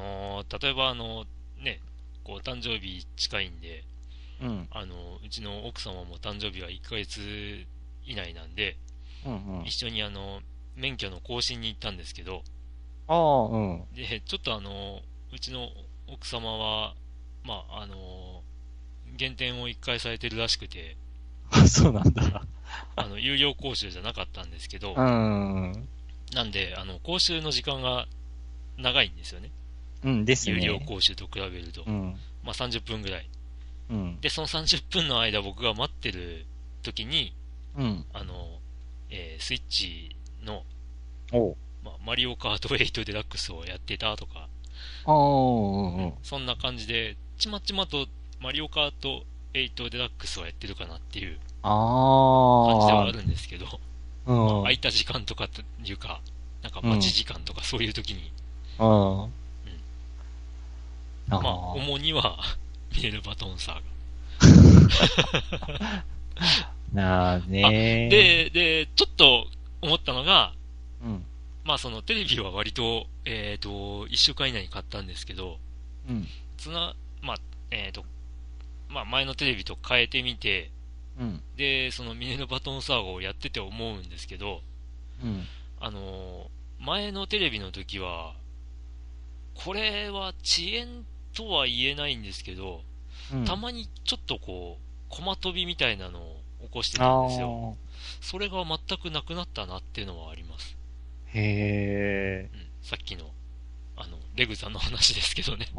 誕生日近いんで、うちの奥様も誕生日は1ヶ月以内なんで、一緒に免許の更新に行ったんですけど、で、ちょっとうちの奥様は、減点を1回されてるらしくて、 そうなんだ。 有料講習じゃなかったんですけど、なんで、講習の時間が長いんですよね。 ですね。 有料講習と比べると。30分ぐらい。で、その30分の間僕が待ってる時に、スイッチの、マリオカート8デラックスをやってたとか、そんな感じで、ちまちまとマリオカート8デラックスをやってるかなっていう感じではあるんですけど、空いた時間とかっていうか、なんか待ち時間とかそういう時に、主にはミネルヴァトンサーガ。で、ちょっと思ったのが、そのテレビは割と、1週間以内に買ったんですけど、前のテレビと変えてみて、で、そのミネルヴァトンサーガをやってて思うんですけど、前のテレビの時は、これは遅延とは言えないんですけど、たまにちょっとコマ飛びみたいなのを起こしてたんですよ。それが全くなくなったなっていうのはあります。さっきの、レグザの話ですけどね。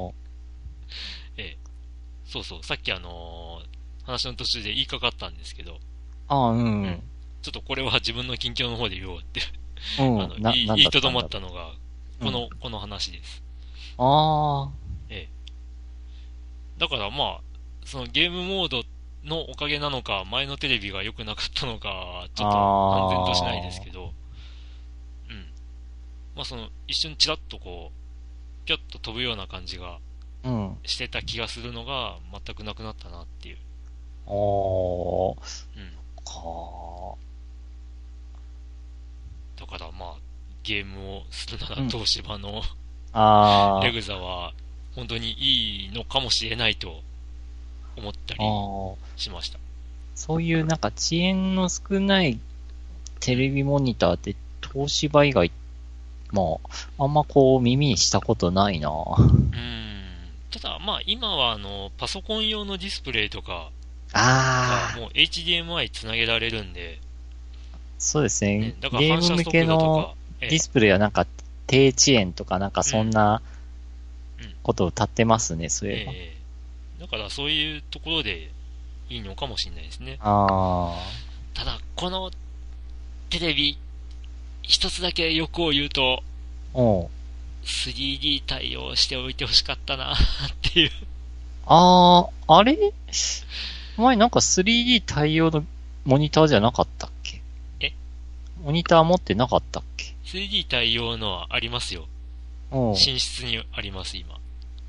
そうそう、さっき話の途中で言いかかったんですけど、ちょっとこれは自分の近況の方で言おうって言いとどまったのが、この話です。だからそのゲームモードのおかげなのか、前のテレビが良くなかったのか、ちょっと安全としないですけど、その一瞬チラッとぴょっと飛ぶような感じがしてた気がするのが全くなくなったなっていう。だからゲームをするなら東芝のレグザは本当にいいのかもしれないと思ったりしました。 そういうなんか遅延の少ないテレビモニターって東芝以外あんま耳にしたことないな。 ただ今はパソコン用のディスプレイとかもう HDMI つなげられるんで、 そうですね。ゲーム向けのディスプレイはなんか低遅延とかなんかそんなことを歌ってますね、そういえば。 だからそういうところでいいのかもしれないですね。ただこのテレビ一つだけ欲を言うと 3D 対応しておいてほしかったなっていう。 あれ前なんか 3D 対応のモニターじゃなかったっけ？モニター持ってなかったっけ？ 3D 対応のはありますよ。寝室にあります、今。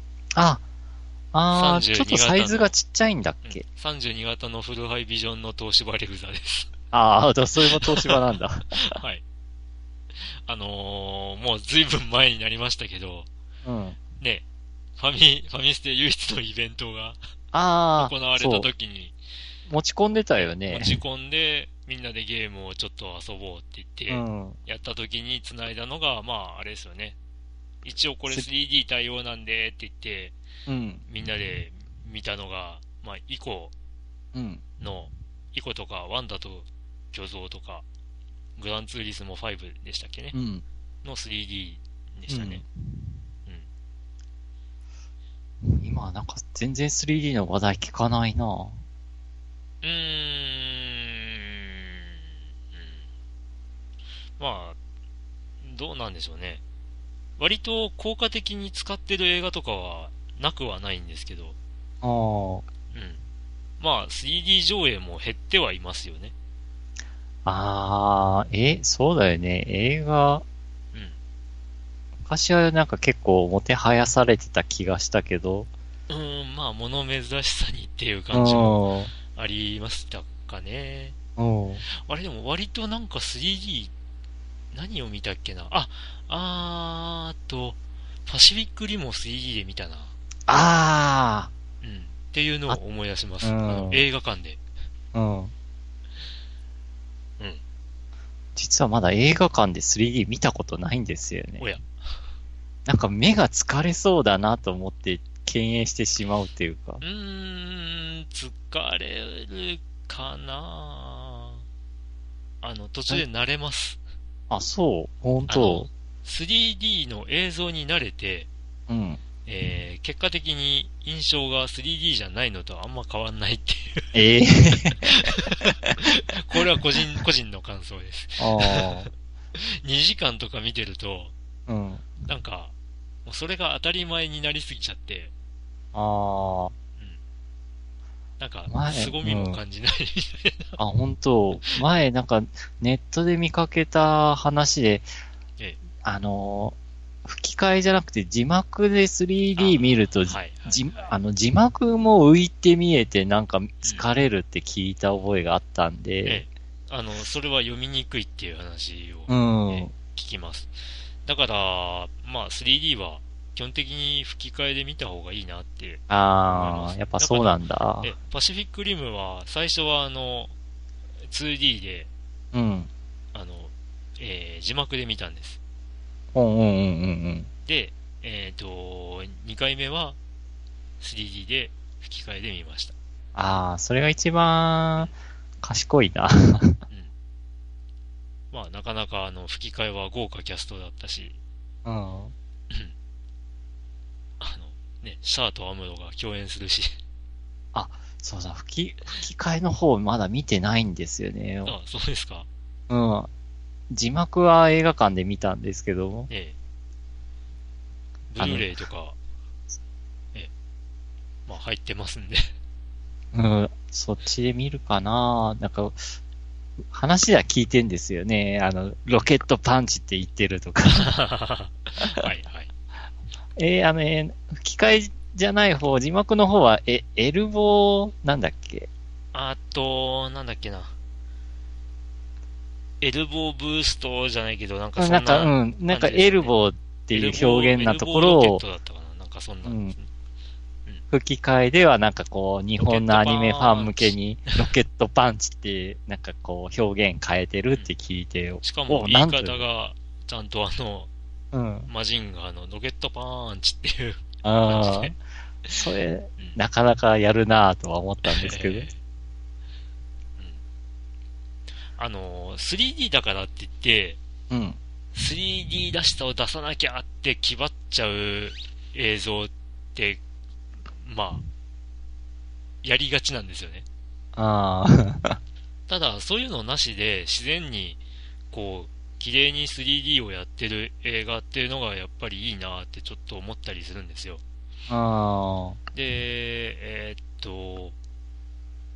ちょっとサイズがちっちゃいんだっけ、 32型のフルハイビジョンの東芝レグザです。 それも東芝なんだ。 はい。もう随分前になりましたけど、ね、ファミステ唯一のイベントが行われた時に、 持ち込んでたよね。 持ち込んで、みんなでゲームをちょっと遊ぼうって言って、やった時に繋いだのが、あれですよね。一応これ 3D 対応なんでって言って、みんなで見たのが、イコの、イコとか、ワンダと巨像とか、グランツーリスモ5でしたっけね。の 3D でしたね。 今はなんか全然 3D の話題聞かないな。 どうなんでしょうね。割と効果的に使ってる映画とかはなくはないんですけど。3D 上映も減ってはいますよね。 そうだよね。映画、昔はなんか結構もてはやされてた気がしたけど。 物珍しさにっていう感じもありましたかね。あれでも割となんか 3D、何を見たっけな。パシフィックリムを 3D で見たな。っていうのを思い出します。映画館で。 実はまだ映画館で 3D 見たことないんですよね。なんか目が疲れそうだなと思って敬遠してしまうっていうか。 疲れるかな。途中で慣れます。 そう本当。 3D の映像に慣れて、結果的に印象が 3D じゃないのとあんま変わんないっていう。これは個人の感想です。2時間とか見てると、なんか、もうそれが当たり前になりすぎちゃって、なんか、凄みも感じないみたいな。 本当。前なんかネットで見かけた話で、吹き替えじゃなくて字幕で 3D 見ると、字幕も浮いて見えてなんか疲れるって聞いた覚えがあったんで、 それは読みにくいっていう話を、聞きます。だから、3D は基本的に吹き替えで見た方がいいなって思います。 やっぱそうなんだ。 パシフィックリムは最初は2D で、字幕で見たんです。で、2回目は 3D で吹き替えで見ました。 それが一番賢いな。 なかなか吹き替えは豪華キャストだったし、シャアとアムロが共演するし。 そうだ、吹き替えの方まだ見てないんですよね。 そうですか。 字幕は映画館で見たんですけども。 ブルーレイとか、入ってますんで。 そっちで見るかな。なんか、話は聞いてんですよね。ロケットパンチって言ってるとか。 はいはい。 吹き替えじゃない方、字幕の方は、エルボー、なんだっけ？ なんだっけな。エルボーブーストじゃないけど、なんかそんな。 なんかエルボーっていう表現なところを、 エルボーロケットだったかな。なんかそんな。 吹き替えではなんかこう、日本のアニメファン向けに、ロケットパンチって、なんかこう、表現変えてるって聞いて、 しかも言い方が、ちゃんとマジンガーのロケットパンチっていう感じで。 それ、なかなかやるなぁとは思ったんですけど。 3D だからって言って、3D らしさを出さなきゃって気張っちゃう映像って、やりがちなんですよね。ただ、そういうのなしで自然に、こう、綺麗に 3D をやってる映画っていうのがやっぱりいいなってちょっと思ったりするんですよ。で、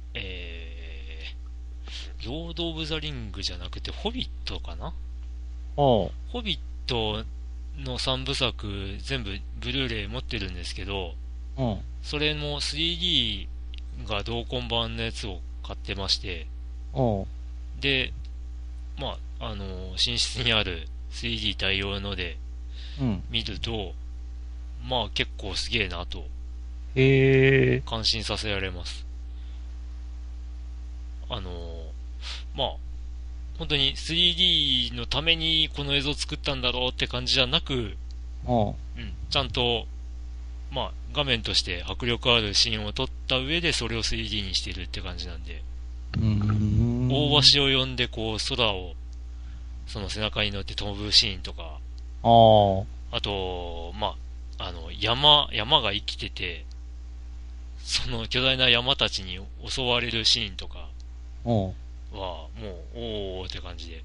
ロード・オブ・ザ・リングじゃなくて、ホビットかなホビットの3部作全部ブルーレイ持ってるんですけど、それも 3D が同梱版のやつを買ってまして、で、まあ、寝室にある 3D 対応ので見ると、まあ結構すげえなと感心させられます。まあ本当に 3D のためにこの映像を作ったんだろうって感じじゃなく、ちゃんとまあ画面として迫力あるシーンを撮った上でそれを 3D にしてるって感じなんで、大橋を呼んでこう空をその背中に乗って飛ぶシーンとか、あとまあ山が生きてて、その巨大な山たちに襲われるシーンとかはもうおーって感じで、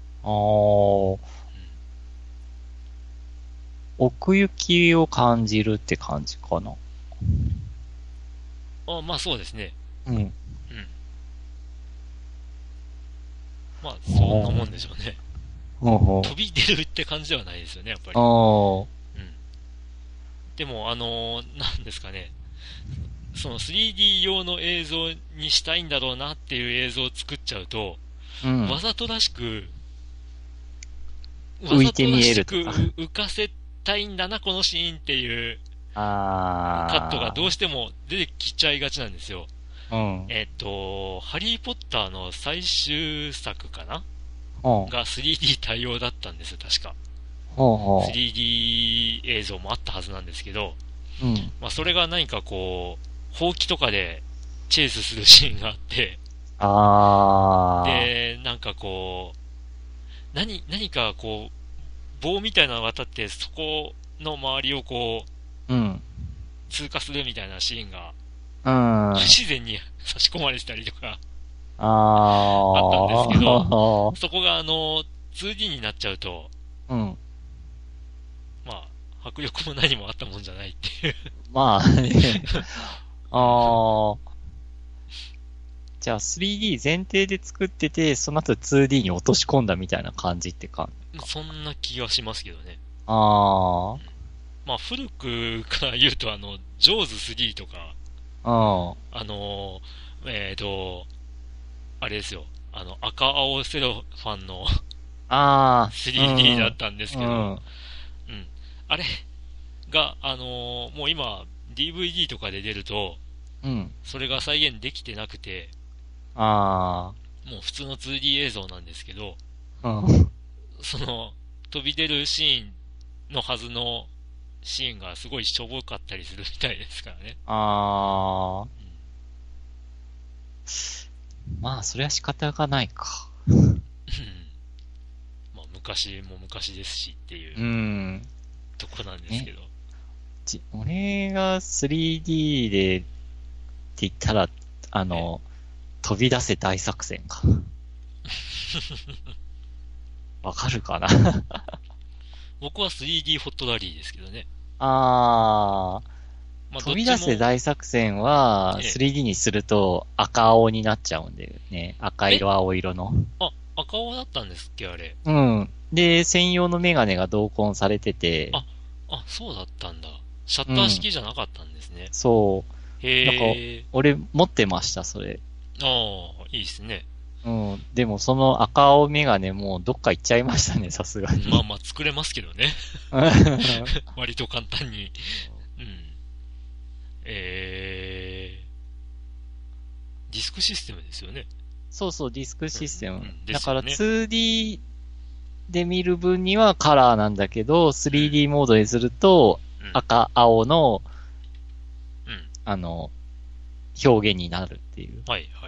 奥行きを感じるって感じかな。 まあそうですね。まあそんなもんでしょうね。飛び出るって感じではないですよね、やっぱり。でもなんですかね、その 3D 用の映像にしたいんだろうなっていう映像を作っちゃうと、わざとらしく浮いて見えるとか、 浮かせたいんだなこのシーンっていうカットがどうしても出てきちゃいがちなんですよ。ハリーポッターの最終作かなが 3D 対応だったんですよ、確か。3D 映像もあったはずなんですけど、まあそれが何かこうほうきとかでチェイスするシーンがあって、でなんかこう何かこう棒みたいなのが当たってそこの周りをこう、通過するみたいなシーンが不自然に差し込まれてたりとかあったんですけど、そこが2D になっちゃうと、まあ迫力も何もあったもんじゃないっていうまあねじゃあ 3D 前提で作ってて、その後 2D に落とし込んだみたいな感じってか。 そんな気がしますけどね。まあ古くから言うとジョーズ3とか、あれですよ、赤青セロファンの3D だったんですけど、あれがもう今 DVD とかで出ると、それが再現できてなくて、もう普通の 2D 映像なんですけど、その飛び出るシーンのはずのシーンがすごいしょぼかったりするみたいですからね。 まあそれは仕方がないか。 まあ昔も昔ですしっていうとこなんですけど。 俺が 3D でって言ったら飛び出せ大作戦か。わかるかな僕は 3D ホットラリーですけどね。 まあ、飛び出せ大作戦は 3D にすると赤青になっちゃうんだよね。赤色青色の。 赤青だったんですっけあれ。 で、専用のメガネが同梱されてて。 そうだったんだ。シャッター式じゃなかったんですね。 そう。なんか、俺持ってました、それ。 いいですね。 でもその赤青メガネもうどっか行っちゃいましたね、さすがに。 まあ作れますけどね。割と簡単に。ディスクシステムですよね。 そうそう、ディスクシステム。だから 2D で見る分にはカラーなんだけど、3D モードにすると赤青の、表現になるっていう。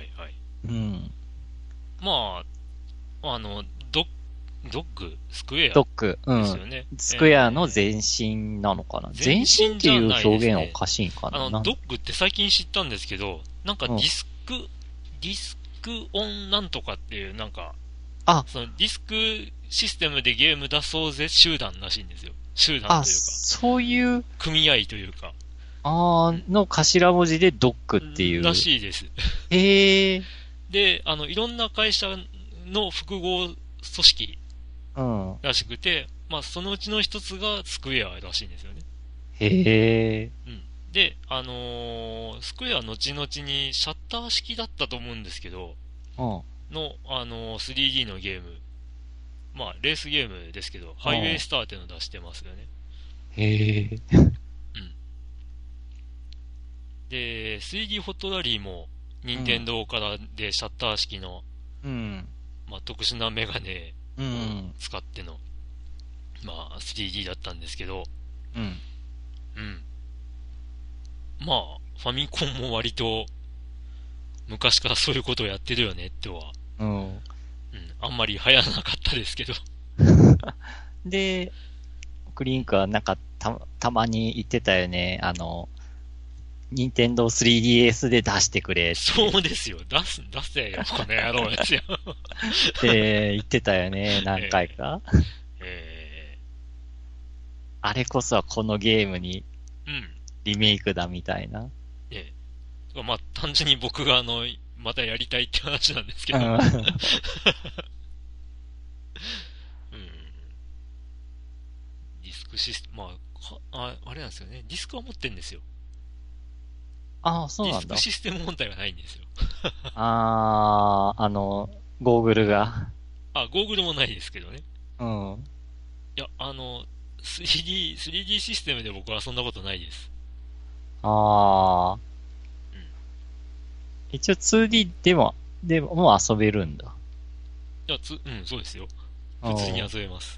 まあ、ドッグスクエア。 ドッグ。ですよね。スクエアの前身なのかな。前身っていう表現はおかしいかな。 ドッグって最近知ったんですけど、なんかディスクオンなんとかっていう、なんか、そのディスクシステムでゲーム出そうぜ集団らしいんですよ。集団というか。 そういう。 組合というか。 の頭文字でドッグっていう。 らしいです。で、いろんな会社の複合組織うん。 らしくて、まあ、そのうちの一つがスクエアらしいんですよね。 へえ。 うん。で、スクエア後々にシャッター式だったと思うんですけど、 うん。 の、3D のゲーム、まあ、レースゲームですけど、ハイウェイスターっていうのを出してますよね。 へえ。 うん。で、3D ホットラリーも、任天堂からでシャッター式の、 うん。 まあ、特殊なメガネをうん。 使っての、まあ、3D だったんですけど、 うん。 うん。まあ、ファミコンも割と、昔からそういうことをやってるよね、とは。 うん。 うん。あんまり流行らなかったですけど。 で、クリンクはなんかたまに言ってたよね。任天堂 3DS で出してくれって。 そうですよ。出せよ、この野郎やつよ。 って言ってたよね、何回か。あれこそはこのゲームにうん。 リメイクだみたいな。 まあ、単純に僕がまたやりたいって話なんですけど。 うん。 うん。ディスクシステム、まあ、あれなんですよね。ディスクは持ってんですよ。 ああ、そうディなんだ。 スクシステム問題はないんですよ。 ゴーグルが。 あ、ゴーグルもないですけどね。 うん。 いや、3D システムで僕は遊んだことないです。 ああ。 うん。 一応 2D でも遊べるんだ。 いや、うん、そうですよ。 うん普通に遊べます。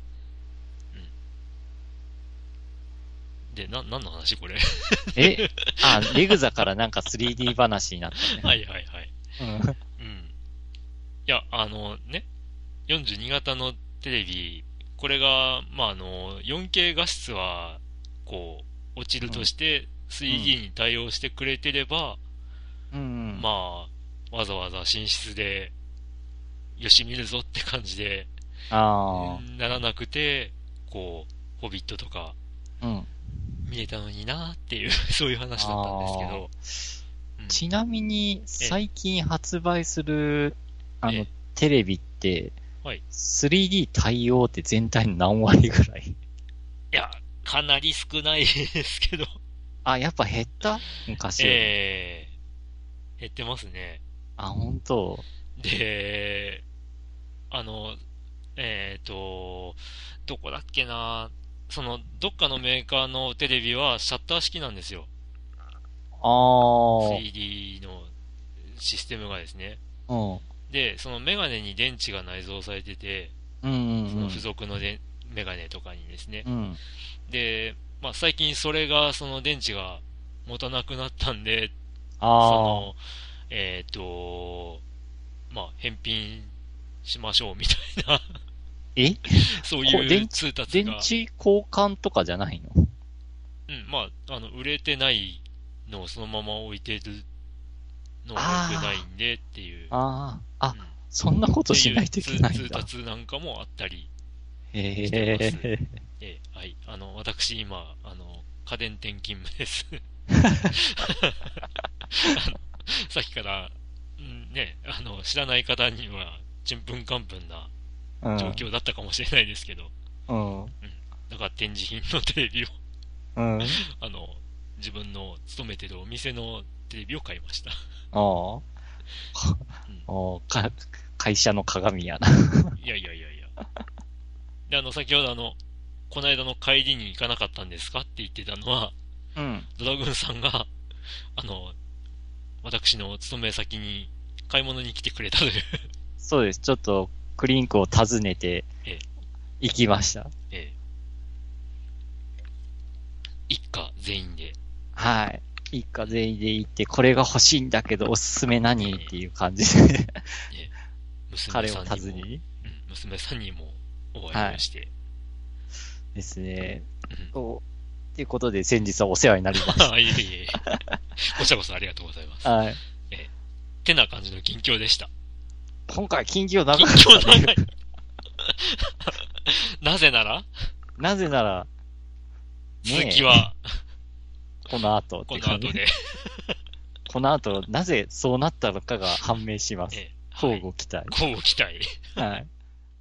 うん。で、何の話これ？ レグザからなんか 3D 話になったね。 はいはいはい。 うん。 うん。いや、ね、42型のテレビ、これが、まあ、4K 画質は、こう、落ちるとして、3D に対応してくれてれば、 うん。 まあ、わざわざ寝室で、よし見るぞって感じで、 あならなくて、こう、ホビットとか、 あ。うん。 見えたのになっていうそういう話だったんですけど、うん、 ちなみに、最近発売する、テレビって、 はい。 3D 対応って全体の何割ぐらい？ いや、かなり少ないですけど。 あ、やっぱ減った昔より。 減ってますね。 あ、本当。 で、あの、どこだっけな、どっかのメーカーのテレビはシャッター式なんですよ。 ああ。 3D のシステムがですね。 うん。 で、そのメガネに電池が内蔵されてて、 うんうんうん。 その付属のメガネとかにですね。 うん。 で、まあ最近それが、その電池が持たなくなったんで、そあの、まあ返品しましょうみたいなそういう通達が。 電池交換とかじゃないの？ うん、まあ、売れてないのをそのまま置いてるのは良くないんでっていう。 ああ。あ、 うん、 そんなことしないといけないんだ。 通達なんかもあったりへしてます。 え。 はい。私今、家電店勤務です。さっきから、ね、知らない方には、ちんぷんかんぷんな状況だったかもしれないですけど、 うん。 だから展示品のテレビをうん。 自分の勤めてるお店のテレビを買いました。 ああ。会社の鏡やな。 いや。で、先ほどこの間の帰りに行かなかったんですかって言ってたのは、 うん。 ドラグーンさんが、私の勤め先に買い物に来てくれたという。 そうです。ちょっと、クリンクを訪ねて、行きました。 一家全員で。 はい。一家全員で行って、これが欲しいんだけど、おすすめ何っていう感じで、彼を訪ねに。 娘さんにもお会いをして。 ですね。ということで、先日はお世話になりました。 いえ。こちらこそありがとうございます。 はい。 てな感じの近況でした。 今回近況長い。 近況長い。なぜなら、続きは、 この後で。この後、なぜそうなったのかが判明します。交互期待。 交互期待。 はい。